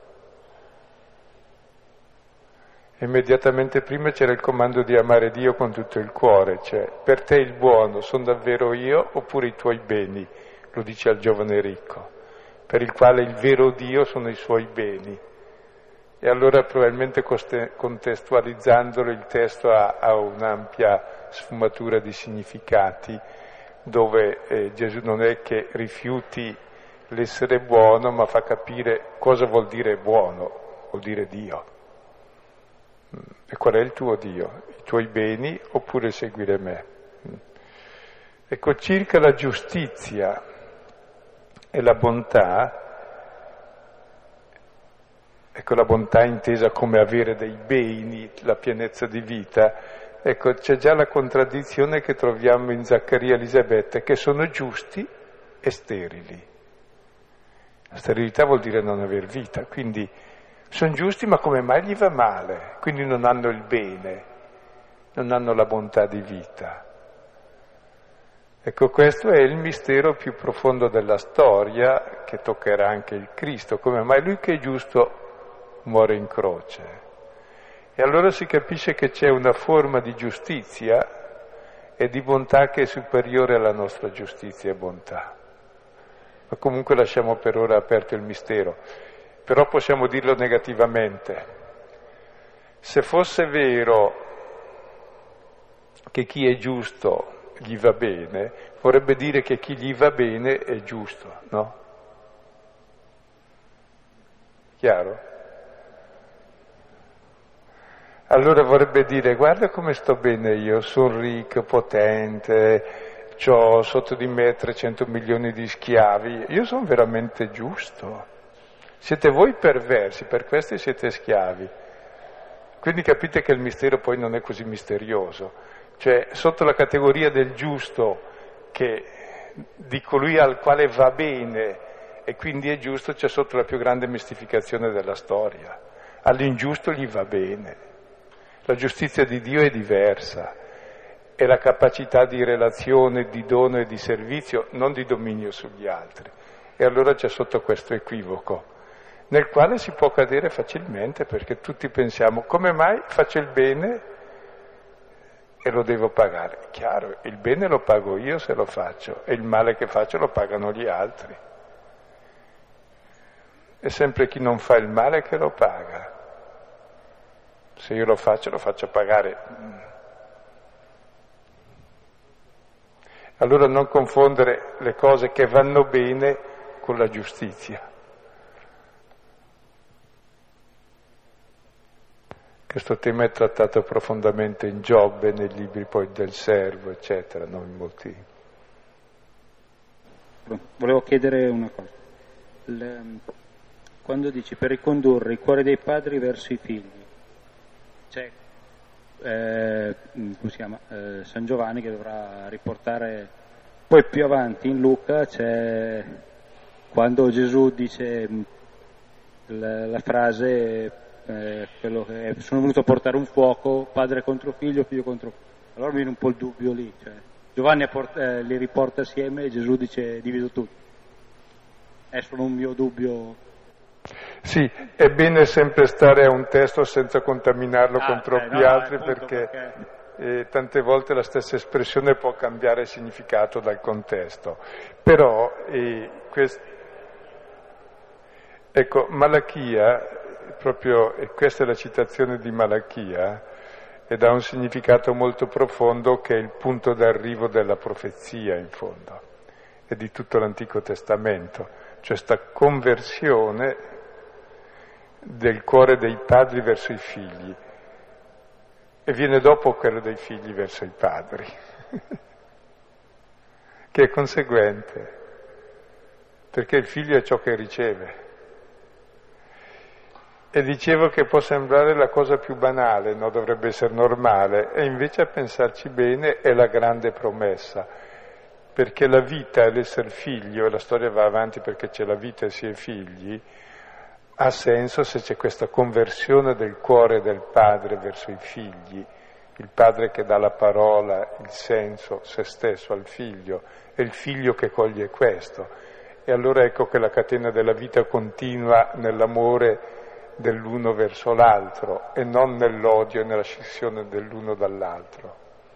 Immediatamente prima c'era il comando di amare Dio con tutto il cuore, cioè per te il buono sono davvero io oppure i tuoi beni, lo dice al giovane ricco, per il quale il vero Dio sono i suoi beni. E allora probabilmente coste- contestualizzandolo il testo ha, ha un'ampia sfumatura di significati, dove eh, Gesù non è che rifiuti l'essere buono, ma fa capire cosa vuol dire buono, vuol dire Dio. E qual è il tuo Dio? I tuoi beni oppure seguire me? Ecco, circa la giustizia e la bontà, ecco la bontà intesa come avere dei beni, la pienezza di vita, ecco c'è già la contraddizione che troviamo in Zaccaria e Elisabetta, che sono giusti e sterili. La sterilità vuol dire non aver vita, quindi sono giusti, ma come mai gli va male? Quindi non hanno il bene, non hanno la bontà di vita. Ecco, questo è il mistero più profondo della storia, che toccherà anche il Cristo. Come mai lui che è giusto muore in croce? E allora si capisce che c'è una forma di giustizia e di bontà che è superiore alla nostra giustizia e bontà. Ma comunque lasciamo per ora aperto il mistero. Però possiamo dirlo negativamente. Se fosse vero che chi è giusto gli va bene, vorrebbe dire che chi gli va bene è giusto, no? Chiaro? Allora vorrebbe dire, guarda come sto bene io, sono ricco, potente, ho sotto di me trecento milioni di schiavi, io sono veramente giusto. Siete voi perversi, per questo siete schiavi. Quindi capite che il mistero poi non è così misterioso. Cioè, sotto la categoria del giusto, che di colui al quale va bene e quindi è giusto, c'è sotto la più grande mistificazione della storia. All'ingiusto gli va bene. La giustizia di Dio è diversa. È la capacità di relazione, di dono e di servizio, non di dominio sugli altri. E allora c'è sotto questo equivoco, nel quale si può cadere facilmente, perché tutti pensiamo, come mai faccio il bene e lo devo pagare? È chiaro, il bene lo pago io se lo faccio, e il male che faccio lo pagano gli altri. È sempre chi non fa il male che lo paga. Se io lo faccio, lo faccio pagare. Allora non confondere le cose che vanno bene con la giustizia. Questo tema è trattato profondamente in Giobbe, nei libri poi del servo, eccetera, non in molti. Volevo chiedere una cosa. Le, quando dici per ricondurre i cuori dei padri verso i figli, c'è eh, come si chiama? Eh, San Giovanni che dovrà riportare, poi più avanti in Luca c'è quando Gesù dice la, la frase eh, quello che sono venuto a portare un fuoco, padre contro figlio, figlio contro figlio. Allora mi viene un po' il dubbio lì, cioè, Giovanni apport- eh, li riporta assieme e Gesù dice divido tutto. È solo un mio dubbio. Sì, è bene sempre stare a un testo senza contaminarlo ah, con troppi eh, no, altri perché, perché eh, tante volte la stessa espressione può cambiare significato dal contesto. Però eh, quest... ecco, Malachia, proprio, e questa è la citazione di Malachia, ed ha un significato molto profondo che è il punto d'arrivo della profezia in fondo e di tutto l'Antico Testamento, cioè sta conversione del cuore dei padri verso i figli e viene dopo quello dei figli verso i padri, che è conseguente, perché il figlio è ciò che riceve. E dicevo che può sembrare la cosa più banale, no? Dovrebbe essere normale, e invece a pensarci bene è la grande promessa, perché la vita e l'essere figlio, e la storia va avanti perché c'è la vita e si è figli, ha senso se c'è questa conversione del cuore del padre verso i figli, il padre che dà la parola, il senso, se stesso al figlio, e il figlio che coglie questo. E allora ecco che la catena della vita continua nell'amore dell'uno verso l'altro e non nell'odio e nella scissione dell'uno dall'altro.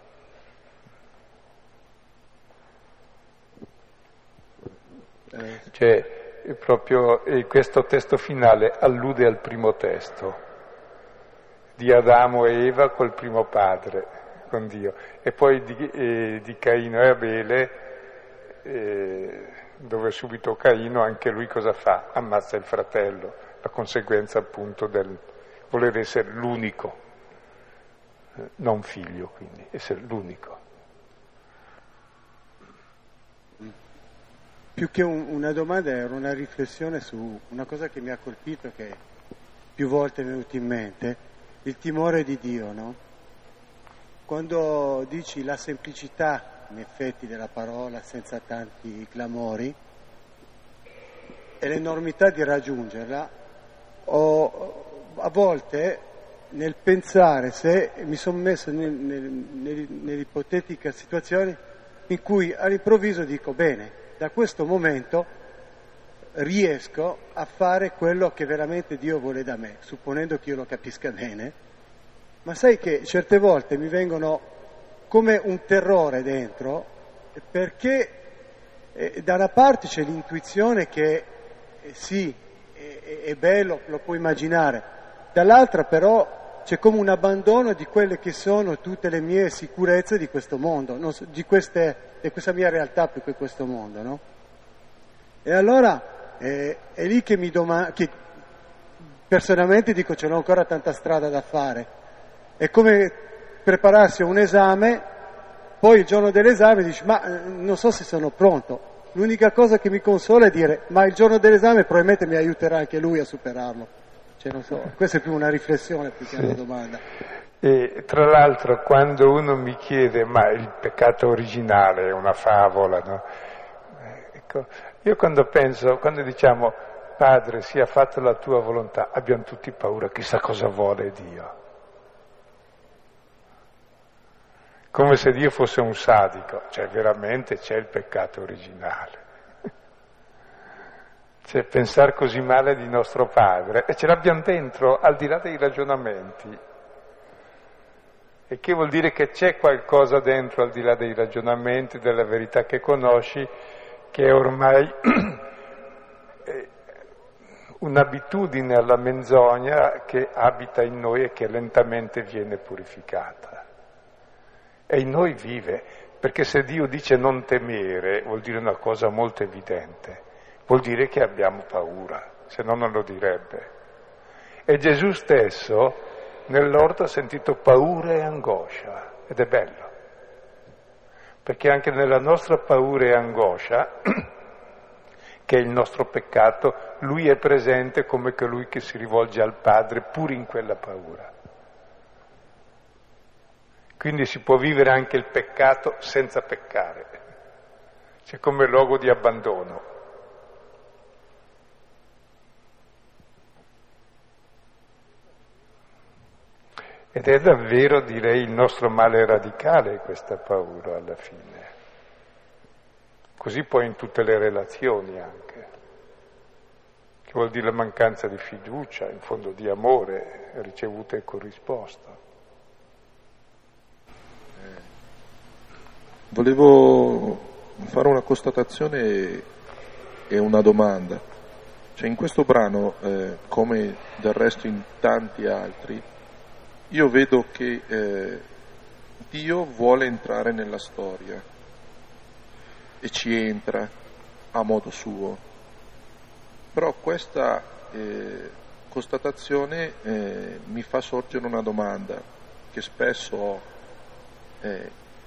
Cioè, proprio eh, questo testo finale allude al primo testo di Adamo e Eva col primo padre, con Dio, e poi di, eh, di Caino e Abele, eh, dove subito Caino, anche lui cosa fa? Ammazza il fratello, la conseguenza appunto del voler essere l'unico, eh, non figlio quindi, essere l'unico. Più che un, una domanda era una riflessione su una cosa che mi ha colpito, che più volte è venuto in mente, il timore di Dio, no? Quando dici la semplicità, in effetti, della parola, senza tanti clamori, e l'enormità di raggiungerla, ho, a volte nel pensare, se mi sono messo nel, nel, nel, nell'ipotetica situazione in cui all'improvviso dico, bene, da questo momento riesco a fare quello che veramente Dio vuole da me, supponendo che io lo capisca bene, ma sai che certe volte mi vengono come un terrore dentro, perché eh, da una parte c'è l'intuizione che eh, sì, è, è bello, lo puoi immaginare, dall'altra però c'è come un abbandono di quelle che sono tutte le mie sicurezze di questo mondo, non so, di, queste, di questa mia realtà più che questo mondo, no? E allora eh, è lì che mi domando, che personalmente dico c'è ancora tanta strada da fare. È come prepararsi a un esame, poi il giorno dell'esame dici ma eh, non so se sono pronto. L'unica cosa che mi consola è dire ma il giorno dell'esame probabilmente mi aiuterà anche lui a superarlo. Cioè, non so, questa è più una riflessione più che una domanda. E tra l'altro quando uno mi chiede ma il peccato originale è una favola, no? Ecco, io quando penso, quando diciamo Padre sia fatta la tua volontà, abbiamo tutti paura, chissà cosa vuole Dio. Come se Dio fosse un sadico, cioè veramente c'è il peccato originale. Cioè pensare così male di nostro Padre, e ce l'abbiamo dentro, al di là dei ragionamenti. E che vuol dire che c'è qualcosa dentro, al di là dei ragionamenti, della verità che conosci, che è ormai un'abitudine alla menzogna che abita in noi e che lentamente viene purificata. E in noi vive, perché se Dio dice non temere, vuol dire una cosa molto evidente. Vuol dire che abbiamo paura, se no non lo direbbe. E Gesù stesso nell'orto ha sentito paura e angoscia, ed è bello, perché anche nella nostra paura e angoscia, che è il nostro peccato, lui è presente come colui che si rivolge al Padre pur in quella paura. Quindi si può vivere anche il peccato senza peccare, c'è come luogo di abbandono. Ed è davvero, direi, il nostro male radicale questa paura alla fine. Così poi in tutte le relazioni anche, che vuol dire la mancanza di fiducia, in fondo di amore ricevuta e corrisposta. Volevo fare una constatazione e una domanda. Cioè in questo brano, eh, come del resto in tanti altri, io vedo che eh, Dio vuole entrare nella storia e ci entra a modo suo. Però questa eh, constatazione eh, mi fa sorgere una domanda che spesso ho. Eh,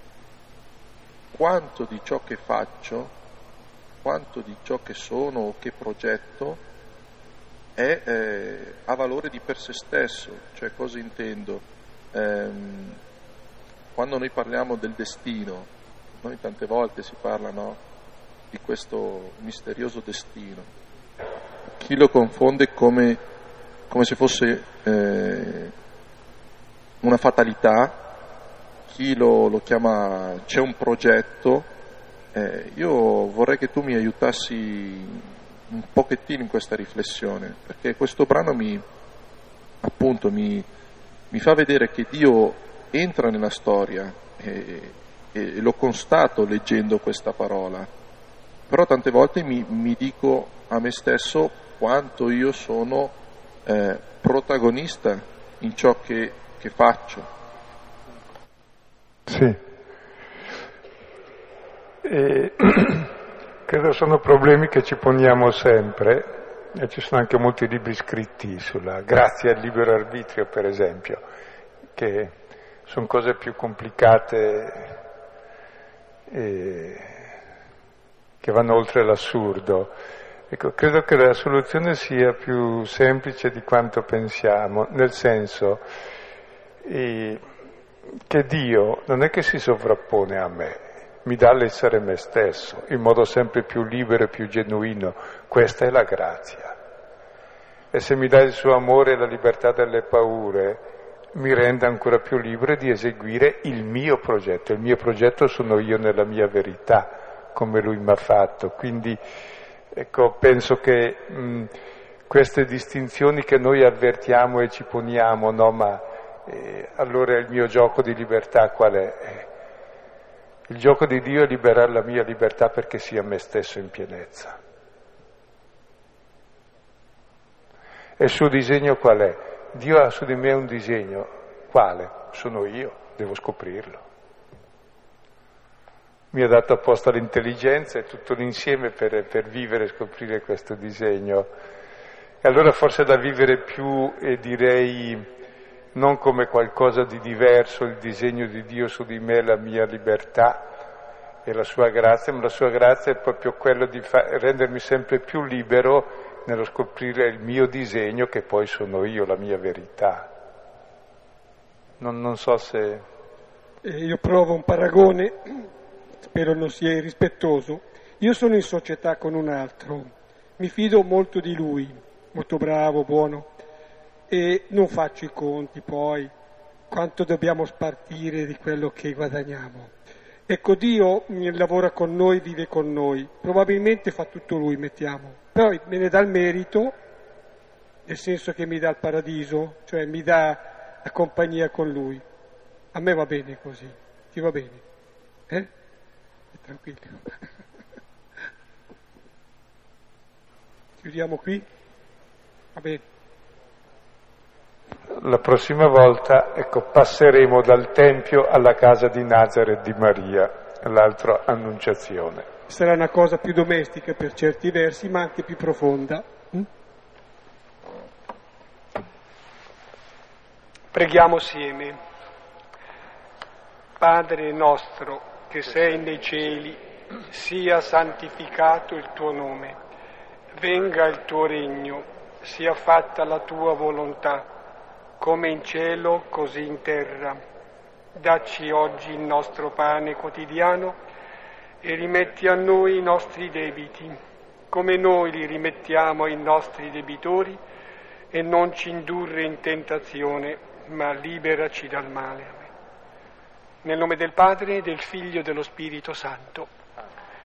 quanto di ciò che faccio, quanto di ciò che sono o che progetto è eh, a valore di per sé stesso, cioè cosa intendo? Ehm, quando noi parliamo del destino, noi tante volte si parla, no, di questo misterioso destino. Chi lo confonde come, come se fosse eh, una fatalità, chi lo, lo chiama c'è un progetto. Eh, io vorrei che tu mi aiutassi un pochettino in questa riflessione, perché questo brano mi, appunto, mi, mi fa vedere che Dio entra nella storia e, e lo constato leggendo questa parola, però tante volte mi, mi dico a me stesso quanto io sono eh, protagonista in ciò che, che faccio. Sì. E credo sono problemi che ci poniamo sempre, e ci sono anche molti libri scritti sulla grazia al libero arbitrio, per esempio, che sono cose più complicate e che vanno oltre l'assurdo. Ecco, credo che la soluzione sia più semplice di quanto pensiamo, nel senso eh, che Dio non è che si sovrappone a me, mi dà l'essere me stesso, in modo sempre più libero e più genuino. Questa è la grazia. E se mi dà il suo amore e la libertà dalle paure, mi rende ancora più libero di eseguire il mio progetto. Il mio progetto sono io nella mia verità, come lui mi ha fatto. Quindi, ecco, penso che mh, queste distinzioni che noi avvertiamo e ci poniamo, no, ma eh, allora il mio gioco di libertà qual è? Eh, Il gioco di Dio è liberare la mia libertà perché sia me stesso in pienezza. E il suo disegno qual è? Dio ha su di me un disegno. Quale? Sono io, devo scoprirlo. Mi ha dato apposta l'intelligenza e tutto l'insieme per, per vivere e scoprire questo disegno. E allora forse è da vivere più, e direi, non come qualcosa di diverso, il disegno di Dio su di me, la mia libertà e la sua grazia, ma la sua grazia è proprio quello di fa- rendermi sempre più libero nello scoprire il mio disegno, che poi sono io, la mia verità. Non, non so se... Eh, io provo un paragone, spero non sia irrispettoso. Io sono in società con un altro, mi fido molto di lui, molto bravo, buono, e non faccio i conti poi, quanto dobbiamo spartire di quello che guadagniamo. Ecco, Dio lavora con noi, vive con noi, probabilmente fa tutto lui, mettiamo, poi me ne dà il merito, nel senso che mi dà il paradiso, cioè mi dà la compagnia con lui. A me va bene così, ti va bene? Eh? Tranquillo. Chiudiamo qui? Va bene. La prossima volta, ecco, passeremo dal Tempio alla casa di Nazareth di Maria, l'altro Annunciazione. Sarà una cosa più domestica per certi versi, ma anche più profonda. Mm? Preghiamo assieme. Padre nostro che sei nei cieli, sia santificato il tuo nome. Venga il tuo regno, sia fatta la tua volontà, come in cielo, così in terra. Dacci oggi il nostro pane quotidiano e rimetti a noi i nostri debiti, come noi li rimettiamo ai nostri debitori, e non ci indurre in tentazione, ma liberaci dal male. Nel nome del Padre, del Figlio e dello Spirito Santo.